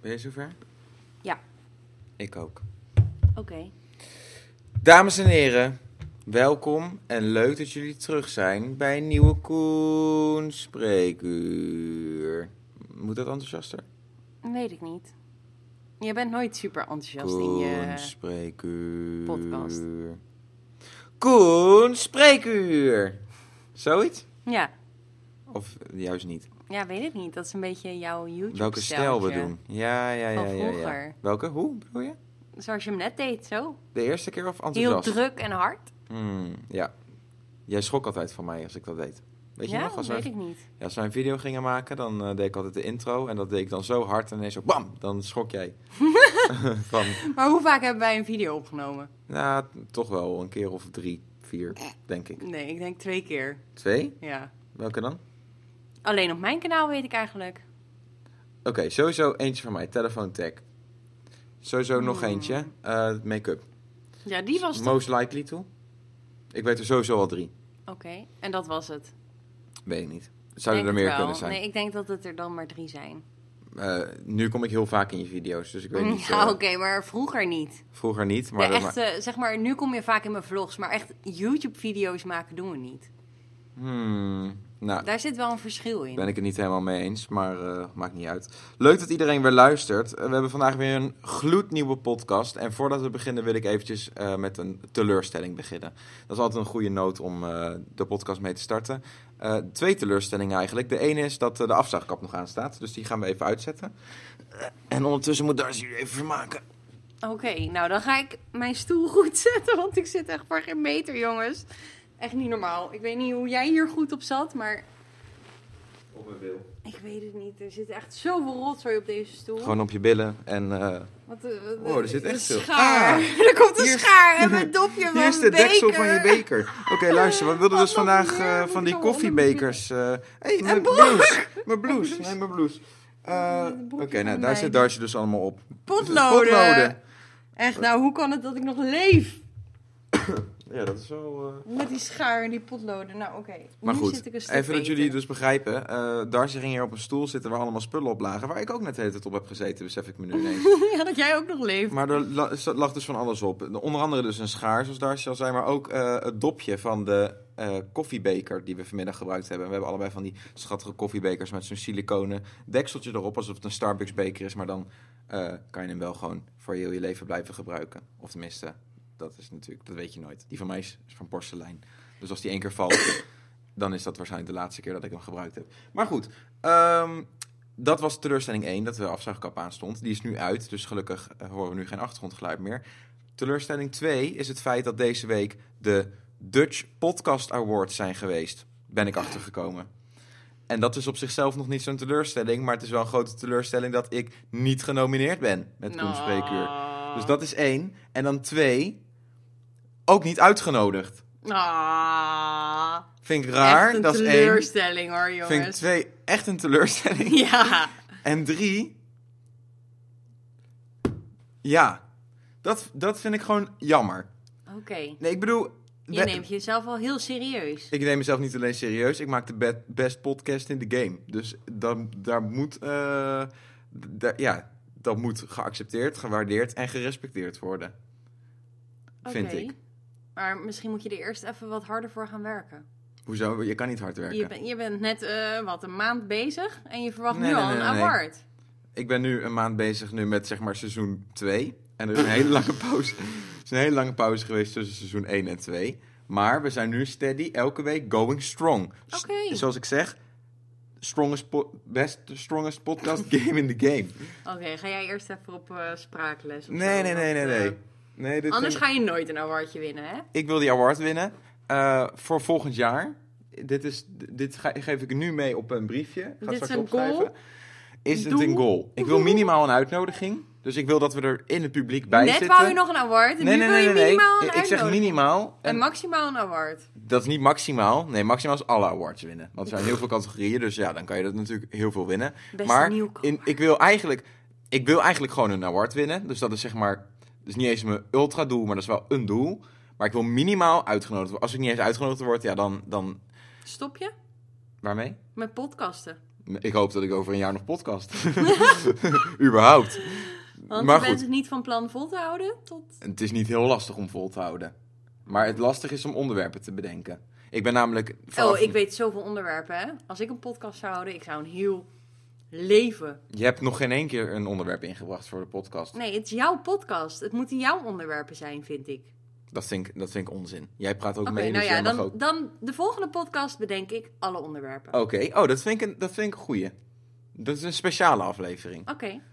Ben je zover? Ja. Ik ook. Oké. Dames en heren, welkom en leuk dat jullie terug zijn bij een nieuwe Koen Spreekuur. Moet dat enthousiaster? Weet ik niet. Je bent nooit super enthousiast in Koen je Spreekuur. podcast. Koen Spreekuur. Zoiets? Ja. Of juist niet? Ja, weet ik niet. Dat is een beetje jouw YouTube-stijltje. Welke stijl we doen? Ja. Van vroeger. Welke? Hoe bedoel je? Zoals je hem net deed, zo. De eerste keer of Heel enthousiast? druk en hard. Ja. Jij schrok altijd van mij als ik dat deed. Weet je Ja, nog? dat weet ik niet. Ja, als wij een video gingen maken, dan deed ik altijd de intro. En dat deed ik dan zo hard en ineens zo bam, dan schrok jij. Maar hoe vaak hebben wij een video opgenomen? Nou, toch wel een keer of 3, 4, denk ik. Nee, ik denk 2 keer. 2? Ja. Welke dan? Alleen op mijn kanaal weet ik eigenlijk. Oké, sowieso eentje van mij, telefoon tag. Sowieso nog eentje, make-up. Ja, die was Most likely toe. Ik weet er sowieso al 3. Oké, en dat was het. Weet ik niet. Zouden er Denk meer het wel. kunnen zijn. Nee, ik denk dat het er dan maar 3 zijn. Nu kom ik heel vaak in je video's, dus ik weet niet. Ja, oké, maar vroeger niet. Vroeger niet, maar... De echte, zeg maar, nu kom je vaak in mijn vlogs, maar echt YouTube-video's maken doen we niet. Nou, Daar zit wel een verschil in. ben ik het niet helemaal mee eens, maar maakt niet uit. Leuk dat iedereen weer luistert. We hebben vandaag weer een gloednieuwe podcast. En voordat we beginnen wil ik eventjes met een teleurstelling beginnen. Dat is altijd een goede noot om de podcast mee te starten. 2 teleurstellingen eigenlijk. De ene is dat de afzuigkap nog aanstaat, dus die gaan we even uitzetten. En ondertussen moet Darcy u even vermaken. Oké, nou dan ga ik mijn stoel goed zetten, want ik zit echt voor geen meter, jongens. Echt niet normaal. Ik weet niet hoe jij hier goed op zat, maar... Op mijn wil. Ik weet het niet. Er zit echt zoveel rotzooi op deze stoel. Gewoon op je billen en... Wat er zit echt veel. schaar. Ah, Er komt een hier is- schaar en mijn dopje van Hier is de mijn deksel beker. van je beker. Oké, luister, we wilden dus Wat nog vandaag meer? van Moet die ik wel koffiebekers... mijn En blouse. Mijn blouse. Nee, mijn blouse. broekje Oké, nou, van daar mij. zit Darcy dus allemaal op. Potloden. Echt, nou, hoe kan het dat ik nog leef? Ja, dat is wel... Met die schaar en die potloden. Nou, oké. Maar Nu goed, zit ik een stuk even dat beter. jullie het dus begrijpen. Darcy ging hier op een stoel zitten waar allemaal spullen op lagen. Waar ik ook net de hele tijd op heb gezeten, besef ik me nu ineens. Ja, dat jij ook nog leeft. Maar er lag dus van alles op. Onder andere dus een schaar, zoals Darcy al zei. Maar ook het dopje van de koffiebeker die we vanmiddag gebruikt hebben. We hebben allebei van die schattige koffiebekers met zo'n siliconen dekseltje erop. Alsof het een Starbucks beker is. Maar dan kan je hem wel gewoon voor heel je leven blijven gebruiken. Of tenminste, dat is natuurlijk, dat weet je nooit. Die van mij is van porselein. Dus als die 1 keer valt, dan is dat waarschijnlijk de laatste keer dat ik hem gebruikt heb. Maar goed, dat was teleurstelling 1, dat de afzuigkap aanstond. Die is nu uit, dus gelukkig horen we nu geen achtergrondgeluid meer. Teleurstelling 2 is het feit dat deze week de Dutch Podcast Awards zijn geweest. Ben ik achtergekomen. En dat is op zichzelf nog niet zo'n teleurstelling, maar het is wel een grote teleurstelling dat ik niet genomineerd ben met Koen Spreekuur. Dus dat is 1. En dan 2, ook niet uitgenodigd. Vind ik raar, Echt een dat is 1. teleurstelling hoor, jongens. Vind ik 2 echt een teleurstelling. Ja. En 3, ja, dat vind ik gewoon jammer. Oké. Nee, ik bedoel... Je neemt jezelf wel heel serieus. Ik neem mezelf niet alleen serieus, ik maak de best podcast in de game. Dus daar moet, dat moet geaccepteerd, gewaardeerd en gerespecteerd worden. Vind Oké. ik. Maar misschien moet je er eerst even wat harder voor gaan werken. Hoezo? Je kan niet hard werken. Je bent net, een maand bezig en je verwacht Nee, nu nee, al nee, een nee. award. Ik ben nu een maand bezig met zeg maar seizoen 2. En er is een hele lange pauze. Er is een hele lange pauze geweest tussen seizoen 1 en 2. Maar we zijn nu steady, elke week going strong. Oké. Zoals ik zeg, strongest podcast game in the game. Oké, ga jij eerst even op spraakles? Of Nee. zo, want, Nee, dit anders ga je nooit een awardje winnen, hè? Ik wil die award winnen voor volgend jaar. Dit geef ik nu mee op een briefje. Ga Dit straks is een opschrijven. goal? Is het Doel? een goal? Ik wil minimaal een uitnodiging. Dus ik wil dat we er in het publiek bij Net zitten. wou je nog een award en nu wil je minimaal een Ik zeg uitnodiging. minimaal. En maximaal een award. Dat is niet maximaal. Nee, maximaal is alle awards winnen. Want er zijn heel veel categorieën. Dus ja, dan kan je dat natuurlijk heel veel winnen. Beste Maar nieuwkomer. ik wil eigenlijk gewoon een award winnen. Dus dat is zeg maar... Dat is niet eens mijn ultra doel, maar dat is wel een doel. Maar ik wil minimaal uitgenodigd worden. Als ik niet eens uitgenodigd word, ja, dan... Stop je Waarmee? met podcasten? Ik hoop dat ik over een jaar nog podcast. Überhaupt. Want Maar je bent goed. het niet van plan vol te houden tot... Het is niet heel lastig om vol te houden. Maar het lastig is om onderwerpen te bedenken. Ik ben namelijk... Oh, ik weet zoveel onderwerpen, hè. Als ik een podcast zou houden, ik zou een heel leven... Je hebt nog geen één keer een onderwerp ingebracht voor de podcast. Nee, het is jouw podcast. Het moeten jouw onderwerpen zijn, vind ik. Dat vind ik onzin. Jij praat ook Oké, mee, nou dus ja, jij mag ook... dan de volgende podcast bedenk ik alle onderwerpen. Oké, oh, dat vind ik een goeie. Dat is een speciale aflevering.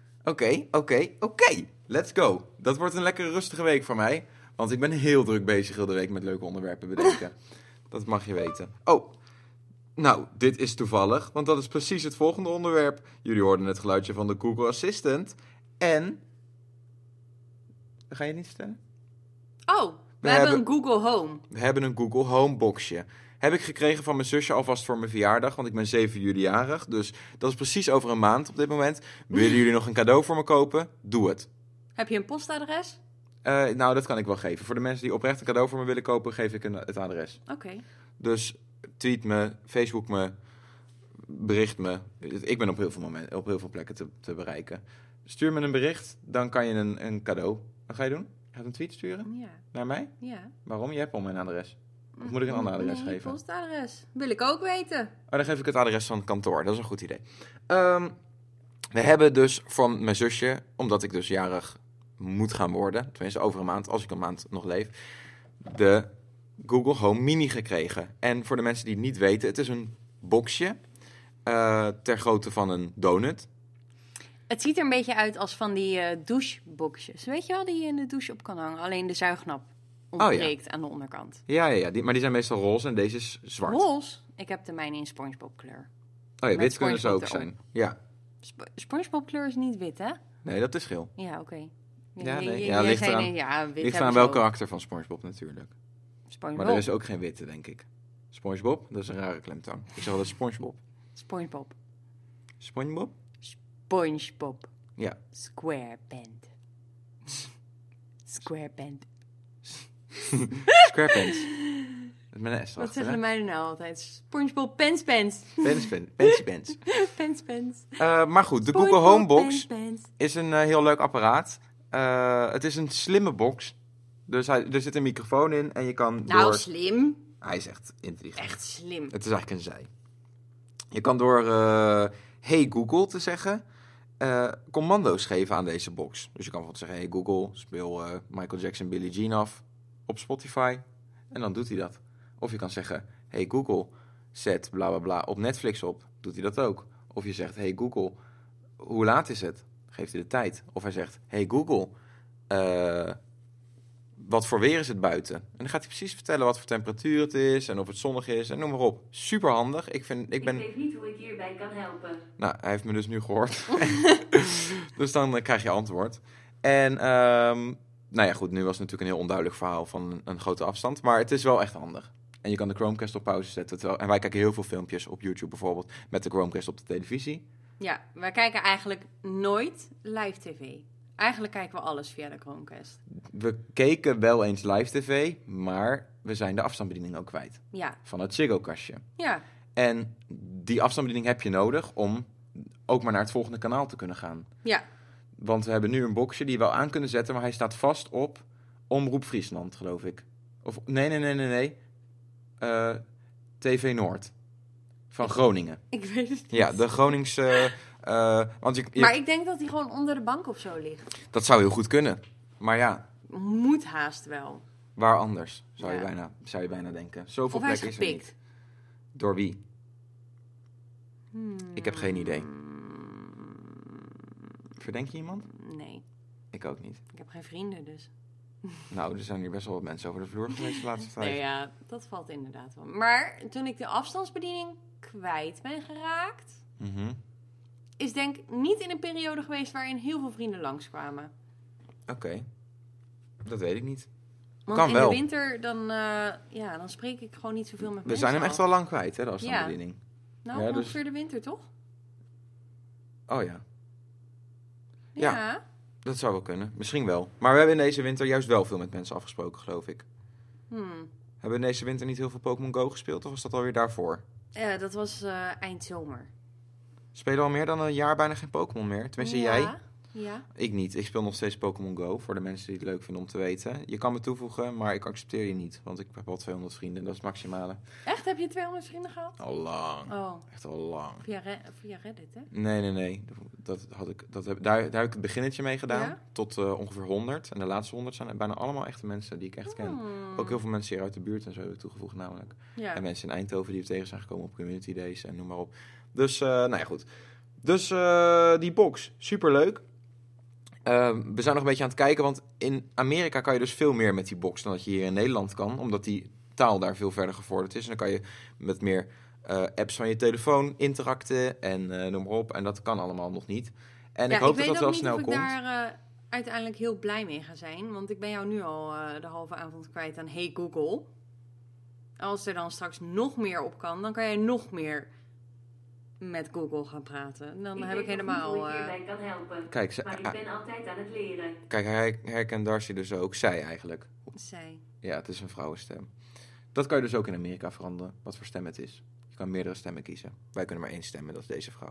Oké. Let's go. Dat wordt een lekkere rustige week voor mij. Want ik ben heel druk bezig heel de week met leuke onderwerpen bedenken. Dat mag je weten. Oh, nou, dit is toevallig. Want dat is precies het volgende onderwerp. Jullie hoorden het geluidje van de Google Assistant. En... Ga je het niet vertellen? Oh, we hebben een Google Home. We hebben een Google Home boxje. Heb ik gekregen van mijn zusje alvast voor mijn verjaardag. Want ik ben 7 juli jarig. Dus dat is precies over een maand op dit moment. Willen jullie nog een cadeau voor me kopen? Doe het. Heb je een postadres? Nou, dat kan ik wel geven. Voor de mensen die oprecht een cadeau voor me willen kopen, geef ik het adres. Oké. Dus tweet me, Facebook me, bericht me. Ik ben op heel veel plekken te bereiken. Stuur me een bericht, dan kan je een cadeau. Wat ga je doen? Je gaat een tweet sturen? Ja. Naar mij? Ja. Waarom? Je hebt al mijn adres. Of moet ik een ander adres Nee, geven? postadres. Wil ik ook weten. Oh, dan geef ik het adres van het kantoor. Dat is een goed idee. We hebben dus van mijn zusje, omdat ik dus jarig moet gaan worden, tenminste over een maand, als ik een maand nog leef, de Google Home Mini gekregen. En voor de mensen die het niet weten, het is een boxje ter grootte van een donut. Het ziet er een beetje uit als van die doucheboxjes. Weet je wel, die je in de douche op kan hangen. Alleen de zuignap ontbreekt aan de onderkant. Ja, maar die zijn meestal roze en deze is zwart. Roze? Ik heb de mijne in Spongebob kleur. Oh ja, Met wit kunnen ze ook SpongeBob zijn. Ja. Spongebob kleur is niet wit, hè? Nee, dat is geel. Ja, oké. Ja, nee. Jij Ligt zei eraan- nee, ja, wit Ligt hebben aan ze welk ook. karakter van SpongeBob natuurlijk. SpongeBob. Maar er is ook geen witte, denk ik. SpongeBob, dat is een rare klemtoon. Ik zeg altijd SpongeBob. SpongeBob. SpongeBob? SpongeBob. Ja. SquarePants. SquarePants. SquarePants. Met een S Wat erachter, zeggen de hè? meiden nou altijd? SpongeBob Pens. Pensy. Pens. Maar goed, de Google Home Box Pens. is een heel leuk apparaat. Het is een slimme box. Dus er zit een microfoon in en je kan Nou, slim. Hij is echt intelligent. Echt slim. Het is eigenlijk een zij. Je kan door Hey Google te zeggen commando's geven aan deze box. Dus je kan bijvoorbeeld zeggen: Hey Google, speel Michael Jackson Billie Jean af op Spotify. En dan doet hij dat. Of je kan zeggen: Hey Google, zet bla bla bla op Netflix op. Doet hij dat ook. Of je zegt: Hey Google, hoe laat is het? Geeft hij de tijd. Of hij zegt: Hey Google, wat voor weer is het buiten? En dan gaat hij precies vertellen wat voor temperatuur het is en of het zonnig is en noem maar op. Super handig. Ik weet niet hoe ik hierbij kan helpen. Nou, hij heeft me dus nu gehoord. Dus dan krijg je antwoord. En nou ja, goed, nu was het natuurlijk een heel onduidelijk verhaal van een grote afstand. Maar het is wel echt handig. En je kan de Chromecast op pauze zetten. En wij kijken heel veel filmpjes op YouTube bijvoorbeeld met de Chromecast op de televisie. Ja, wij kijken eigenlijk nooit live tv. Eigenlijk kijken we alles via de Chromecast. We keken wel eens live tv, maar we zijn de afstandsbediening ook kwijt. Ja. Van het Ziggo-kastje. Ja. En die afstandsbediening heb je nodig om ook maar naar het volgende kanaal te kunnen gaan. Ja. Want we hebben nu een boxje die we wel aan kunnen zetten, maar hij staat vast op Omroep Friesland, geloof ik. Of nee. TV Noord. Van Groningen. Ik weet het niet. Ja, de Groningse... Maar ik denk dat hij gewoon onder de bank of zo ligt. Dat zou heel goed kunnen. Maar ja, Moet haast wel. waar anders, zou Ja. je bijna denken. Zoveel Of hij is plekken is er gepikt. niet. Door wie? Ik heb geen idee. Verdenk je iemand? Nee, Ik ook niet. ik heb geen vrienden dus. Nou, er zijn hier best wel wat mensen over de vloer geweest de laatste tijd. Nee, ja, dat valt inderdaad wel. Maar toen ik de afstandsbediening kwijt ben geraakt, Mhm. is denk ik niet in een periode geweest waarin heel veel vrienden langskwamen. Oké. Dat weet ik niet. Want Kan in wel. de winter, dan spreek ik gewoon niet zoveel met We mensen. zijn hem echt af. wel lang kwijt, hè, de afstandsbediening. Nou, Ja, dus- ongeveer de winter, toch? Oh ja, Ja. dat zou wel kunnen. Misschien wel. Maar we hebben in deze winter juist wel veel met mensen afgesproken, geloof ik. Hebben we in deze winter niet heel veel Pokémon Go gespeeld? Of was dat alweer daarvoor? Dat was eind zomer. Speel je al meer dan een jaar bijna geen Pokémon meer? Tenminste, jij? Ja. Ik niet. Ik speel nog steeds Pokémon Go, voor de mensen die het leuk vinden om te weten. Je kan me toevoegen, maar ik accepteer je niet. Want ik heb al 200 vrienden, dat is het maximale. Echt? Heb je 200 vrienden gehad? Al lang. Oh. Echt al lang. Via Reddit, hè? Nee. Daar heb ik het beginnetje mee gedaan. Ja? Tot ongeveer 100. En de laatste 100 zijn bijna allemaal echte mensen die ik echt ken. Ook heel veel mensen hier uit de buurt en zo hebben toegevoegd namelijk. Ja. En mensen in Eindhoven die we tegen zijn gekomen op community days en noem maar op. Dus, nou ja, goed. Dus die box, superleuk. We zijn nog een beetje aan het kijken, want in Amerika kan je dus veel meer met die box dan dat je hier in Nederland kan. Omdat die taal daar veel verder gevorderd is. En dan kan je met meer apps van je telefoon interacten en noem maar op. En dat kan allemaal nog niet. En ik hoop dat dat wel snel komt. Ik weet ook niet of ik daar uiteindelijk heel blij mee ga zijn. Want ik ben jou nu al de halve avond kwijt aan Hey Google. Als er dan straks nog meer op kan, dan kan jij nog meer met Google gaan praten. Dan heb ik helemaal... Ik hierbij kan helpen. Kijk, maar ik ben altijd aan het leren. Kijk, hij herkent Darcy dus ook. Zij eigenlijk. Zij. Ja, het is een vrouwenstem. Dat kan je dus ook in Amerika veranderen, wat voor stem het is. Je kan meerdere stemmen kiezen. Wij kunnen maar één stemmen, dat is deze vrouw.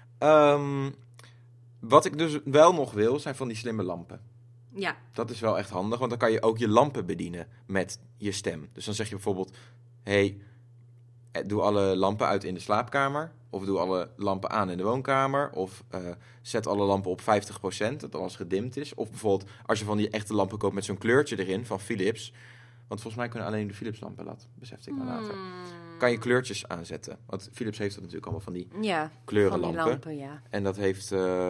Wat ik dus wel nog wil, zijn van die slimme lampen. Ja. Dat is wel echt handig, want dan kan je ook je lampen bedienen met je stem. Dus dan zeg je bijvoorbeeld, hey, doe alle lampen uit in de slaapkamer. Of doe alle lampen aan in de woonkamer. Of zet alle lampen op 50%, dat alles gedimd is. Of bijvoorbeeld, als je van die echte lampen koopt met zo'n kleurtje erin van Philips. Want volgens mij kunnen alleen de Philips lampen dat, besefte ik dan later. Kan je kleurtjes aanzetten. Want Philips heeft dat natuurlijk allemaal van die kleurenlampen. Van die lampen, ja. En dat heeft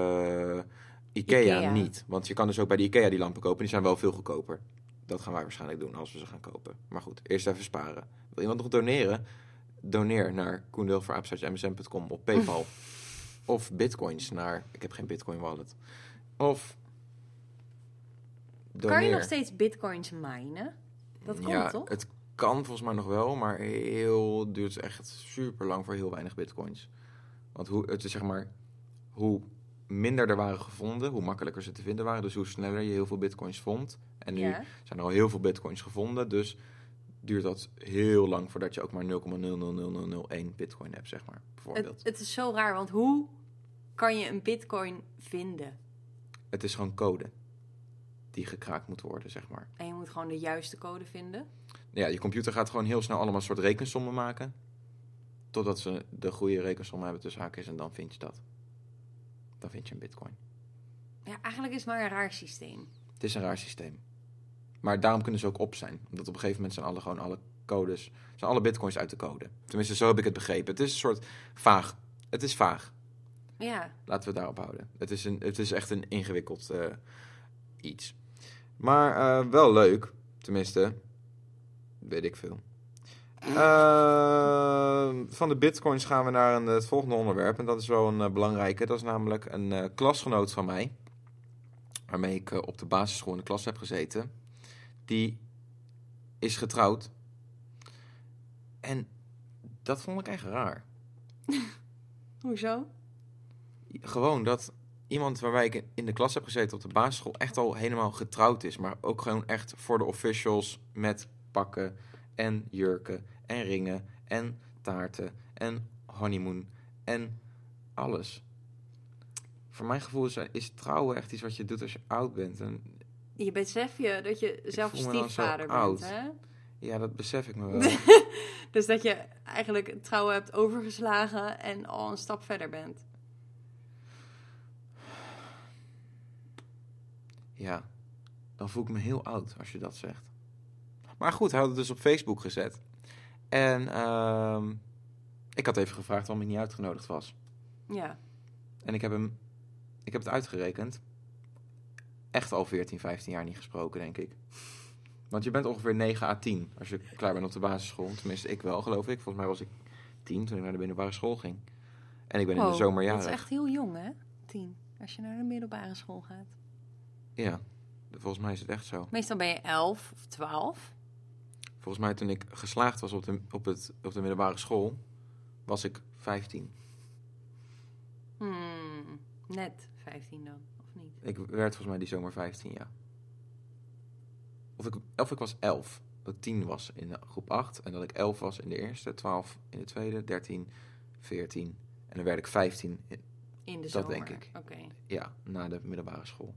Ikea niet. Want je kan dus ook bij de Ikea die lampen kopen. Die zijn wel veel goedkoper. Dat gaan wij waarschijnlijk doen als we ze gaan kopen. Maar goed, eerst even sparen. Wil iemand nog doneren? Doneer naar koendeelvoor@msn.com op PayPal. Of bitcoins naar... Ik heb geen bitcoin wallet. Of... Doneer. Kan je nog steeds bitcoins minen? Dat komt toch? Het kan volgens mij nog wel, maar duurt echt super lang voor heel weinig bitcoins. Want het is zeg maar... Hoe minder er waren gevonden, hoe makkelijker ze te vinden waren. Dus hoe sneller je heel veel bitcoins vond. En nu zijn er al heel veel bitcoins gevonden, dus... duurt dat heel lang voordat je ook maar 0,000001 bitcoin hebt, zeg maar, bijvoorbeeld. Het is zo raar, want hoe kan je een bitcoin vinden? Het is gewoon code die gekraakt moet worden, zeg maar. En je moet gewoon de juiste code vinden? Ja, je computer gaat gewoon heel snel allemaal soort rekensommen maken. Totdat ze de goede rekensommen hebben tussen haakjes en dan vind je dat. Dan vind je een bitcoin. Ja, eigenlijk is het maar een raar systeem. Het is een raar systeem. Maar daarom kunnen ze ook op zijn. Omdat op een gegeven moment zijn alle codes... zijn alle bitcoins uit de code. Tenminste, zo heb ik het begrepen. Het is een soort vaag. Het is vaag. Ja. Laten we het daarop houden. Het is echt een ingewikkeld iets. Maar wel leuk. Tenminste, weet ik veel. Van de bitcoins gaan we naar het volgende onderwerp. En dat is wel een belangrijke. Dat is namelijk een klasgenoot van mij. Waarmee ik op de basisschool in de klas heb gezeten. Die is getrouwd. En dat vond ik echt raar. Hoezo? Gewoon dat iemand waarbij ik in de klas heb gezeten op de basisschool echt al helemaal getrouwd is. Maar ook gewoon echt voor de officials met pakken en jurken en ringen en taarten en honeymoon en alles. Voor mijn gevoel is trouwen echt iets wat je doet als je oud bent. En je besef je dat je zelf stiefvader bent, oud. Hè? Ja, dat besef ik me wel. Dus dat je eigenlijk het trouwen hebt overgeslagen en al een stap verder bent. Ja, dan voel ik me heel oud als je dat zegt. Maar goed, hij had het dus op Facebook gezet. En ik had even gevraagd waarom hij niet uitgenodigd was. Ja. En ik heb het uitgerekend. Echt al 14, 15 jaar niet gesproken, denk ik. Want je bent ongeveer 9 à 10 als je klaar bent op de basisschool. Tenminste, ik wel, geloof ik. Volgens mij was ik 10 toen ik naar de middelbare school ging. En ik ben in de zomer jarig. Dat is echt heel jong, hè? 10. Als je naar de middelbare school gaat. Ja, volgens mij is het echt zo. Meestal ben je 11 of 12. Volgens mij toen ik geslaagd was op de middelbare school, was ik 15. Net 15 dan, of niet? Ik werd volgens mij die zomer 15, ja. Of ik was 11. Dat ik 10 was in groep 8. En dat ik 11 was in de eerste, 12 in de tweede, 13, 14. En dan werd ik 15. In de Dat zomer. denk ik. Oké. Ja, na de middelbare school.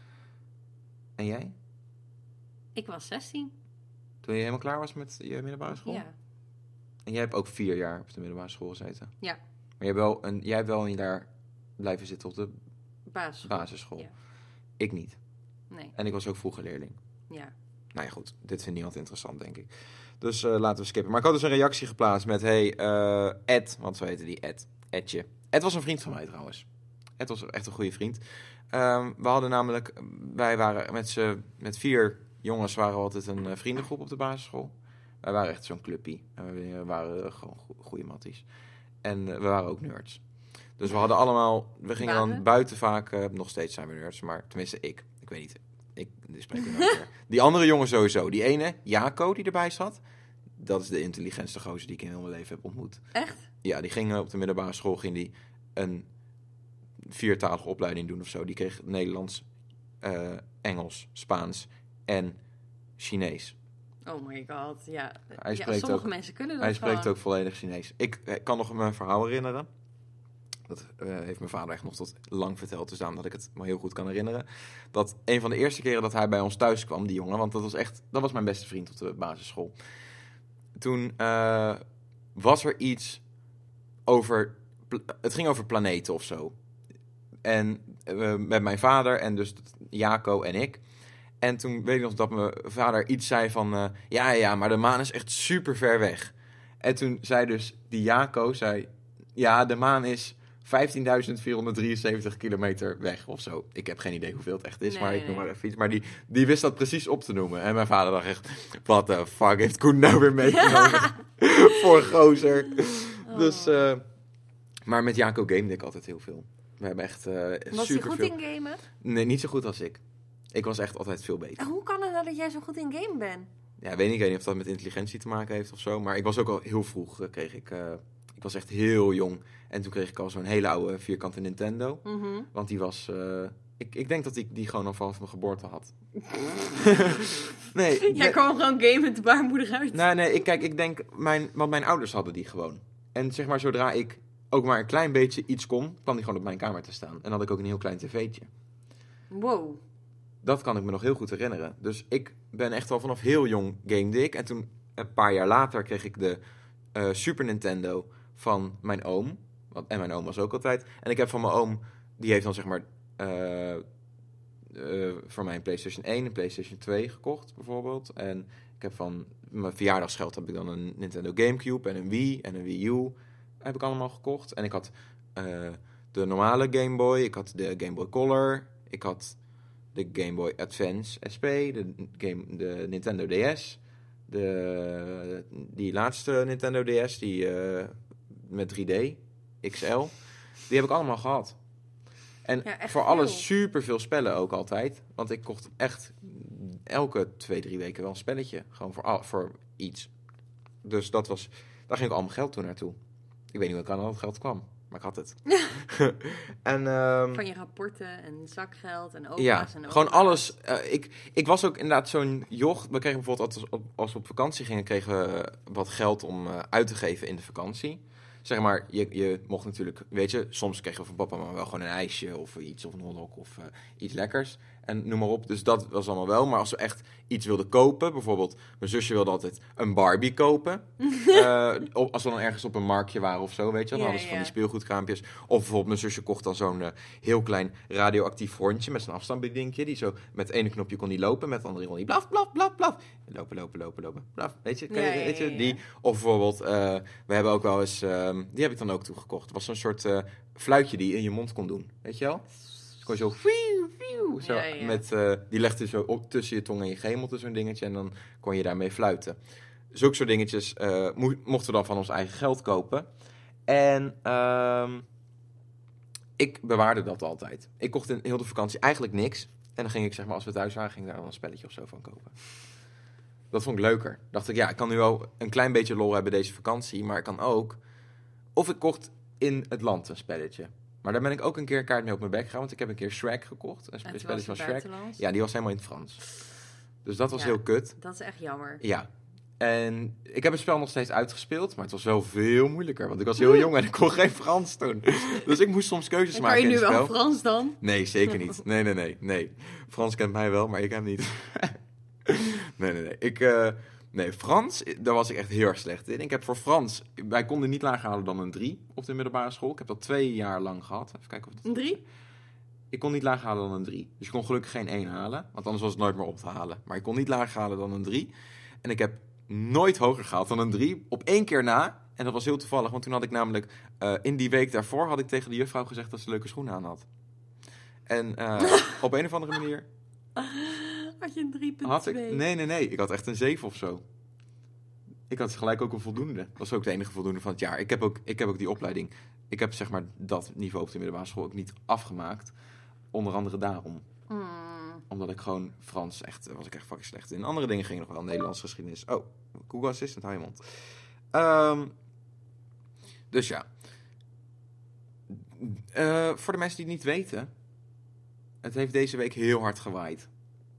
En jij? Ik was 16. Toen je helemaal klaar was met je middelbare school? Ja. En jij hebt ook 4 jaar op de middelbare school gezeten? Ja. Maar jij hebt wel een jaar blijven zitten op de basisschool. Ja. Ik niet. Nee. En ik was ook vroeger leerling. Ja. Nou ja, goed. Dit vindt niemand interessant, denk ik. Dus laten we skippen. Maar ik had dus een reactie geplaatst met... Ed. Want zo heette die Ed. Edje. Ed was een vriend van mij trouwens. Ed was echt een goede vriend. We hadden namelijk... Wij waren met 4 jongens... waren we altijd een vriendengroep op de basisschool. Wij waren echt zo'n clubpie. We waren gewoon goede matties. En we waren ook nerds. Dus we hadden allemaal... We gingen dan buiten vaak... nog steeds zijn we nerds. Maar tenminste ik. Ik weet niet... Ik spreek er nooit meer. Die andere jongen sowieso. Die ene, Jaco, die erbij zat. Dat is de intelligentste gozer die ik in heel mijn leven heb ontmoet. Echt? Ja, die ging op de middelbare school een 4-talige opleiding doen of zo. Die kreeg Nederlands, Engels, Spaans en Chinees. Oh my god, ja. Hij spreekt sommige mensen kunnen dat Hij spreekt gewoon. ook volledig Chinees. Ik kan nog mijn verhaal herinneren. Dat heeft mijn vader echt nog tot lang verteld. Dus daarom dat ik het me heel goed kan herinneren. Dat een van de eerste keren dat hij bij ons thuis kwam, die jongen. Want dat was mijn beste vriend op de basisschool. Toen was er iets over... Het ging over planeten of zo. En met mijn vader en dus Jaco en ik. En toen weet ik nog dat mijn vader iets zei van... ja, maar de maan is echt super ver weg. En toen zei dus die Jaco... Ja, de maan is 15.473 kilometer weg of zo. Ik heb geen idee hoeveel het echt is, maar ik noem maar even iets. Maar die wist dat precies op te noemen. En mijn vader dacht echt... What the fuck heeft Koen nou weer meegenomen? Voor een gozer. Oh. Dus... maar met Jaco gamede ik altijd heel veel. We hebben echt Was hij goed in gamen? Nee, niet zo goed als ik. Ik was echt altijd veel beter. En hoe kan het nou dat jij zo goed in gamen bent? Ja, ik weet niet of dat met intelligentie te maken heeft of zo. Maar ik was ook al heel vroeg, ik was echt heel jong. En toen kreeg ik al zo'n hele oude vierkante Nintendo. Mm-hmm. Want die was... Ik denk dat ik die gewoon al vanaf mijn geboorte had. Nee. Jij kwam gewoon gamen met de baarmoeder uit. Nee, ik denk... Want mijn ouders hadden die gewoon. En zeg maar, zodra ik ook maar een klein beetje iets kon... kwam die gewoon op mijn kamer te staan. En had ik ook een heel klein tv'tje. Wow. Dat kan ik me nog heel goed herinneren. Dus ik ben echt al vanaf heel jong gamede ik. En toen, een paar jaar later, kreeg ik de Super Nintendo van mijn oom. En mijn oom was ook altijd. En ik heb van mijn oom, die heeft dan zeg maar voor mij een PlayStation 1 en PlayStation 2 gekocht, bijvoorbeeld. En ik heb van mijn verjaardagsgeld heb ik dan een Nintendo Gamecube en een Wii en een Wii U. Heb ik allemaal gekocht. En ik had de normale Game Boy, ik had de Game Boy Color, ik had de Game Boy Advance SP, de Nintendo DS, die laatste Nintendo DS, die met 3D, XL, die heb ik allemaal gehad. En ja, voor alles super veel spellen ook altijd. Want ik kocht echt elke 2-3 weken wel een spelletje. Gewoon voor iets. Dus daar ging ik al mijn geld toen naartoe. Ik weet niet hoe ik aan al het geld kwam. Maar ik had het. En, van je rapporten en zakgeld en opa's ja, en opa's. gewoon alles. Ik was ook inderdaad zo'n joch. We kregen bijvoorbeeld, als we op vakantie gingen, kregen we wat geld om uit te geven in de vakantie. Zeg maar, je mocht natuurlijk, weet je, soms kregen we van papa maar wel gewoon een ijsje of iets, of een hotdog of iets lekkers. En noem maar op. Dus dat was allemaal wel. Maar als we echt iets wilden kopen, bijvoorbeeld, mijn zusje wilde altijd een Barbie kopen. Als we dan ergens op een marktje waren of zo, weet je wel. Dan hadden ze van die speelgoedkraampjes. Of bijvoorbeeld, mijn zusje kocht dan zo'n heel klein radioactief hondje met zo'n afstandsbediening. Die zo, met het ene knopje kon die lopen, met het andere kon die blaf, blaf, blaf, blaf. Lopen, blaf. Weet je, weet je? Die. Of bijvoorbeeld, we hebben ook wel eens, die heb ik dan ook toegekocht. Het was zo'n soort fluitje die je in je mond kon doen, weet je wel? Dus kon je zo... Zo, ja. Met, die legde zo op tussen je tong en je gehemelte zo'n dingetje en dan kon je daarmee fluiten. Zulke soort dingetjes mochten we dan van ons eigen geld kopen. En ik bewaarde dat altijd. Ik kocht in heel de vakantie eigenlijk niks. En dan ging ik, zeg maar, als we thuis waren, ging ik daar dan een spelletje of zo van kopen. Dat vond ik leuker. Dacht ik, ja, ik kan nu wel een klein beetje lol hebben deze vakantie, maar ik kan ook... Of ik kocht in het land een spelletje. Maar daar ben ik ook een keer een kaart mee op mijn bek gegaan. Want ik heb een keer Shrek gekocht. Een spelletje van Shrek. Ja, die was helemaal in het Frans. Dus dat was heel kut. Dat is echt jammer. Ja. En ik heb het spel nog steeds uitgespeeld, maar het was wel veel moeilijker. Want ik was heel jong en ik kon geen Frans toen. Dus ik moest soms keuzes maken in het spel. Kan je nu wel Frans dan? Nee, zeker niet. Nee. Frans kent mij wel, maar ik hem niet. Nee. Frans, daar was ik echt heel erg slecht in. Ik heb voor Frans, wij konden niet lager halen dan een 3 op de middelbare school. Ik heb dat 2 jaar lang gehad. Even kijken of het... Een 3? Ik kon niet lager halen dan een 3. Dus ik kon gelukkig geen 1 halen, want anders was het nooit meer op te halen. Maar ik kon niet lager halen dan een 3. En ik heb nooit hoger gehaald dan een 3. Op 1 keer na. En dat was heel toevallig, want toen had ik namelijk... in die week daarvoor had ik tegen de juffrouw gezegd dat ze leuke schoenen aan had. En op een of andere manier... Had je een 3,2? Had ik... Nee. Ik had echt een 7 of zo. Ik had gelijk ook een voldoende. Dat was ook de enige voldoende van het jaar. Ik heb ook die opleiding... Ik heb zeg maar dat niveau op de middelbare school ook niet afgemaakt. Onder andere daarom. Omdat ik gewoon Frans was ik echt fucking slecht in. Andere dingen gingen nog wel. Nederlands geschiedenis. Oh, Google Assistant, hou je mond. Dus ja. Voor de mensen die het niet weten. Het heeft deze week heel hard gewaaid.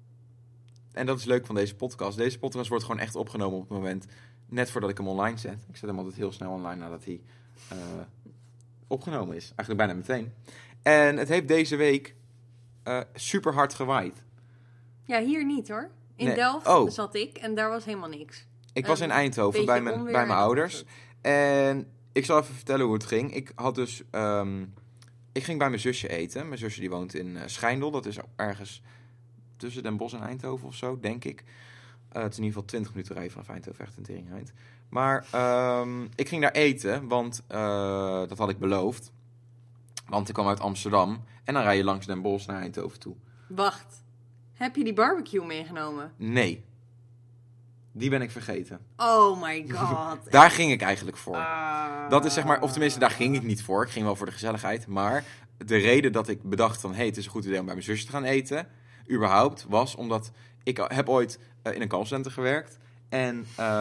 En dat is leuk van deze podcast. Deze podcast wordt gewoon echt opgenomen op het moment... Net voordat ik hem online zet. Ik zet hem altijd heel snel online nadat hij opgenomen is. Eigenlijk bijna meteen. En het heeft deze week super hard gewaaid. Ja, hier niet hoor. In Delft zat ik en daar was helemaal niks. Ik was in Eindhoven bij mijn ouders. En ik zal even vertellen hoe het ging. Ik had dus... ik ging bij mijn zusje eten. Mijn zusje die woont in Schijndel. Dat is ergens tussen Den Bosch en Eindhoven of zo, denk ik. Het is in ieder geval 20 minuten rijden vanaf Eindhoven. Echt een teringheid. Maar ik ging daar eten, want dat had ik beloofd. Want ik kwam uit Amsterdam. En dan rij je langs Den Bosch naar Eindhoven toe. Wacht. Heb je die barbecue meegenomen? Nee. Die ben ik vergeten. Oh my god. Daar ging ik eigenlijk voor. Dat is zeg maar, of tenminste, daar ging ik niet voor. Ik ging wel voor de gezelligheid. Maar de reden dat ik bedacht van... het is een goed idee om bij mijn zusje te gaan eten... überhaupt, was omdat... Ik heb ooit in een callcenter gewerkt. En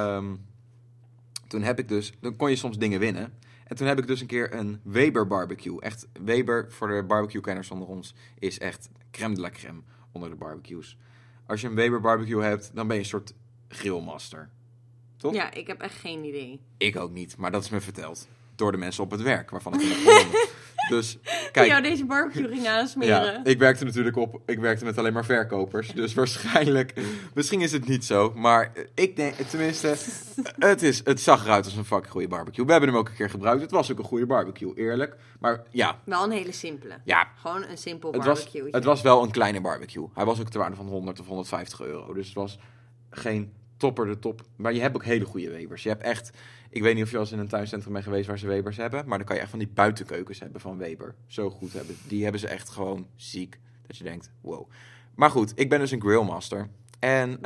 toen heb ik dus... Dan kon je soms dingen winnen. En toen heb ik dus een keer een Weber barbecue. Echt, Weber, voor de barbecue-kenners onder ons... is echt crème de la crème onder de barbecues. Als je een Weber barbecue hebt, dan ben je een soort grillmaster. Toch? Ja, ik heb echt geen idee. Ik ook niet, maar dat is me verteld. Door de mensen op het werk, waarvan ik heb gewonnen. Dus, kijk. Die jou deze barbecue ging aansmeren. Ja, ik werkte natuurlijk ik werkte met alleen maar verkopers. Dus waarschijnlijk, misschien is het niet zo. Maar ik denk, tenminste, het zag eruit als een fucking goede barbecue. We hebben hem ook een keer gebruikt. Het was ook een goede barbecue, eerlijk. Maar ja. Wel een hele simpele. Ja. Gewoon een simpel barbecue. Het was wel een kleine barbecue. Hij was ook ter waarde van 100 of 150 euro. Dus het was geen topper de top. Maar je hebt ook hele goede Webers. Je hebt echt... Ik weet niet of je al eens in een tuincentrum bent geweest waar ze Webers hebben. Maar dan kan je echt van die buitenkeukens hebben van Weber. Zo goed hebben. Die hebben ze echt gewoon ziek. Dat je denkt, wow. Maar goed, ik ben dus een grillmaster. En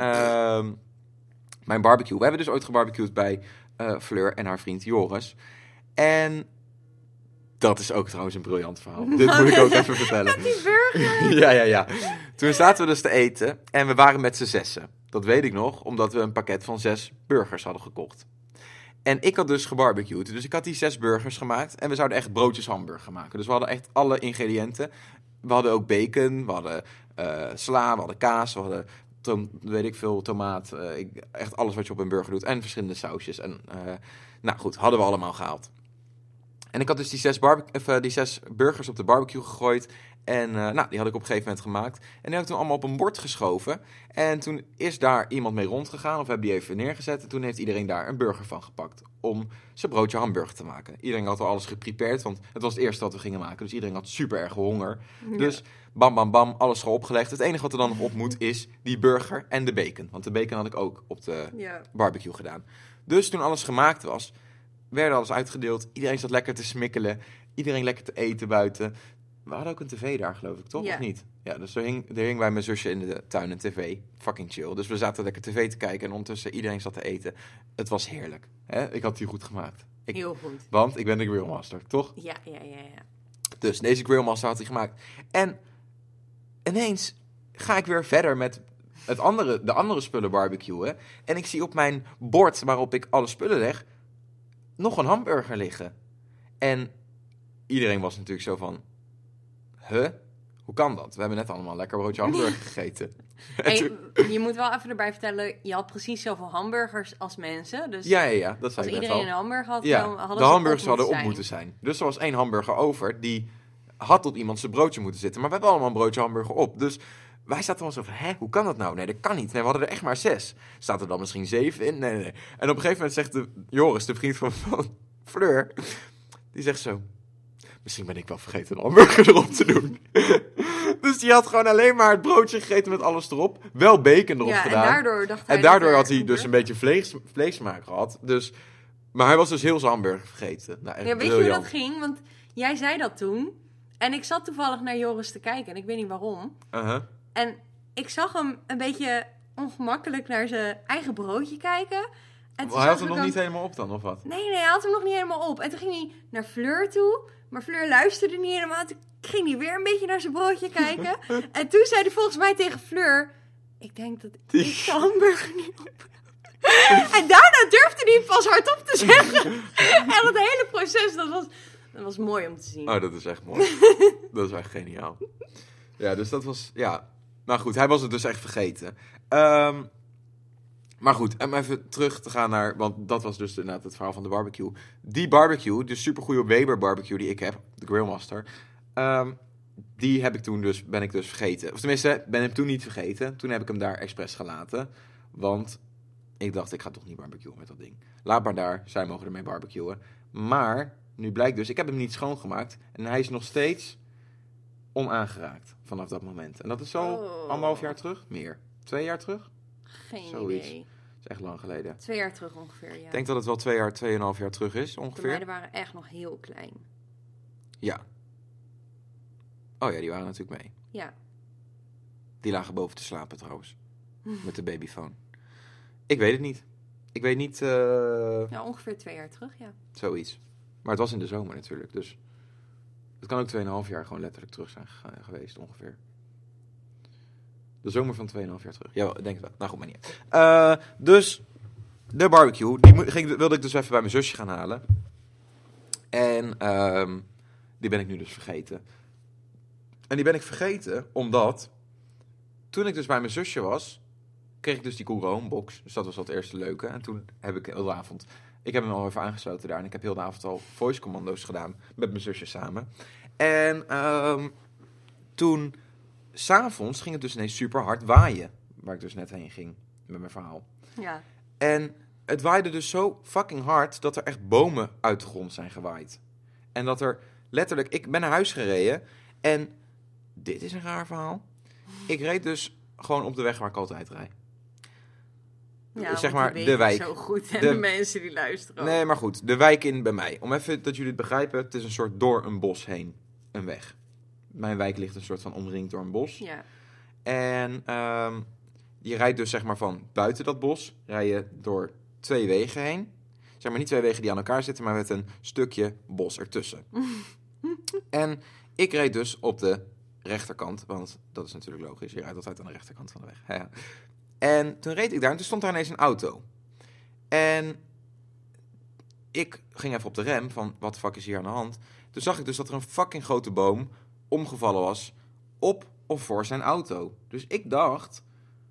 mijn barbecue. We hebben dus ooit gebarbecued bij Fleur en haar vriend Joris. En dat is ook trouwens een briljant verhaal. Dit moet ik ook even vertellen. Met die burger. Ja. Toen zaten we dus te eten. En we waren met z'n 6. Dat weet ik nog, omdat we een pakket van 6 burgers hadden gekocht. En ik had dus gebarbecued. Dus ik had die 6 burgers gemaakt. En we zouden echt broodjes hamburger maken. Dus we hadden echt alle ingrediënten. We hadden ook bacon. We hadden sla. We hadden kaas. We hadden, weet ik veel, tomaat. Echt alles wat je op een burger doet. En verschillende sausjes. En nou goed, hadden we allemaal gehaald. En ik had dus die 6 burgers op de barbecue gegooid. En die had ik op een gegeven moment gemaakt. En die heb ik toen allemaal op een bord geschoven. En toen is daar iemand mee rondgegaan. Of heb die even neergezet. En toen heeft iedereen daar een burger van gepakt. Om zijn broodje hamburger te maken. Iedereen had al alles geprepared. Want het was het eerste wat we gingen maken. Dus iedereen had super erg honger. Ja. Dus bam, bam, bam. Alles erop gelegd. Het enige wat er dan nog op moet is die burger en de bacon. Want de bacon had ik ook op de barbecue gedaan. Dus toen alles gemaakt was, werd alles uitgedeeld. Iedereen zat lekker te smikkelen. Iedereen lekker te eten buiten. We hadden ook een tv daar, geloof ik, toch? Ja. Of niet? Ja, dus er hing bij mijn zusje in de tuin een tv. Fucking chill. Dus we zaten lekker tv te kijken en ondertussen iedereen zat te eten. Het was heerlijk. Hè? Ik had die goed gemaakt. Heel goed. Want ik ben de grillmaster, toch? Ja. Dus deze grillmaster had hij gemaakt. En ineens ga ik weer verder met de andere spullen barbecuen. En ik zie op mijn bord waarop ik alle spullen leg nog een hamburger liggen. En iedereen was natuurlijk zo van... hoe kan dat? We hebben net allemaal lekker broodje hamburger gegeten. Hey, je moet wel even erbij vertellen, je had precies zoveel hamburgers als mensen. Dus Ja, dat als zei ik net iedereen al. een hamburger had, Ja, dan hadden de ze hamburgers hadden op zijn. moeten zijn. Dus er was 1 hamburger over, die had op iemand zijn broodje moeten zitten. Maar we hebben allemaal een broodje hamburger op. Dus wij zaten wel zo van, hoe kan dat nou? Nee, dat kan niet. Nee, we hadden er echt maar 6. Staat er dan misschien 7 in? Nee. En op een gegeven moment zegt Joris, de vriend van Fleur, die zegt zo, misschien ben ik wel vergeten een hamburger erop te doen. Dus die had gewoon alleen maar het broodje gegeten met alles erop. Wel bacon erop gedaan. En daardoor dacht hij... En daardoor dat had hij dus een beetje vleessmaak gehad. Dus, maar hij was dus heel zijn hamburger vergeten. Nou, echt Ja, weet je hoe briljant. dat ging? Want jij zei dat toen. En ik zat toevallig naar Joris te kijken. En ik weet niet waarom. Uh-huh. En ik zag hem een beetje ongemakkelijk naar zijn eigen broodje kijken. En toen Hij zag had hem ik nog niet helemaal op dan, of wat? Nee, hij had hem nog niet helemaal op. En toen ging hij naar Fleur toe. Maar Fleur luisterde niet helemaal. Toen ging hij weer een beetje naar zijn broodje kijken. En toen zei hij volgens mij tegen Fleur... Ik denk dat ik de hamburger niet op heb. En daarna durfde hij het pas hardop te zeggen. En dat hele proces, dat was mooi om te zien. Oh, dat is echt mooi. Dat is echt geniaal. Ja, dus dat was... Ja, nou goed, hij was het dus echt vergeten. Maar goed, om even terug te gaan naar... Want dat was dus inderdaad het verhaal van de barbecue. Die barbecue, de supergoeie Weber barbecue die ik heb, de Grillmaster... die ben ik dus vergeten. Of tenminste, ben hem toen niet vergeten. Toen heb ik hem daar expres gelaten. Want ik dacht, ik ga toch niet barbecuen met dat ding. Laat maar daar, zij mogen ermee barbecuen. Maar, nu blijkt dus, ik heb hem niet schoongemaakt. En hij is nog steeds onaangeraakt vanaf dat moment. En dat is zo 1,5 jaar terug? Meer. 2 jaar terug? Geen Zoiets. idee. Dat is echt lang geleden. 2 jaar terug ongeveer, ja. Ik denk dat het wel 2,5 jaar terug is, De ongeveer. meiden waren echt nog heel klein. Ja. Oh ja, die waren natuurlijk mee. Ja. Die lagen boven te slapen trouwens. Met de babyfoon. Ik weet het niet. Ik weet niet... Ja, ongeveer 2 jaar terug, ja. Zoiets. Maar het was in de zomer natuurlijk, dus... Het kan ook 2,5 jaar gewoon letterlijk terug zijn geweest, ongeveer. De zomer van 2,5 jaar terug. Ja, denk ik wel. Nou goed, maar niet. Dus, de barbecue, wilde ik dus even bij mijn zusje gaan halen. En die ben ik nu dus vergeten. En die ben ik vergeten omdat... Toen ik dus bij mijn zusje was... kreeg ik dus die Google Home box. Dus dat was al het eerste leuke. En toen heb ik heel de avond... Ik heb hem al even aangesloten daar. En ik heb heel de avond al voice commando's gedaan. Met mijn zusje samen. En toen... 'S'avonds ging het dus ineens super hard waaien. Waar ik dus net heen ging. Met mijn verhaal. Ja. En het waaide dus zo fucking hard... dat er echt bomen uit de grond zijn gewaaid. En dat er letterlijk... Ik ben naar huis gereden. En... Dit is een raar verhaal. Ik reed dus gewoon op de weg waar ik altijd rijd. Ja, zeg want maar, we de weten wijk. Zo goed, en De- de mensen die luisteren. Nee, maar goed. De wijk in bij mij. Om even dat jullie het begrijpen. Het is een soort door een bos heen. Een weg. Mijn wijk ligt een soort van omringd door een bos. Ja. En je rijdt dus zeg maar van buiten dat bos. Rij je door 2 wegen heen. Zeg maar niet 2 wegen die aan elkaar zitten. Maar met een stukje bos ertussen. En ik reed dus op de rechterkant. Want dat is natuurlijk logisch. Je rijdt altijd aan de rechterkant van de weg. Ja. En toen reed ik daar en toen stond daar ineens een auto. En ik ging even op de rem van, wat de fuck is hier aan de hand? Toen zag ik dus dat er een fucking grote boom omgevallen was op of voor zijn auto. Dus ik dacht,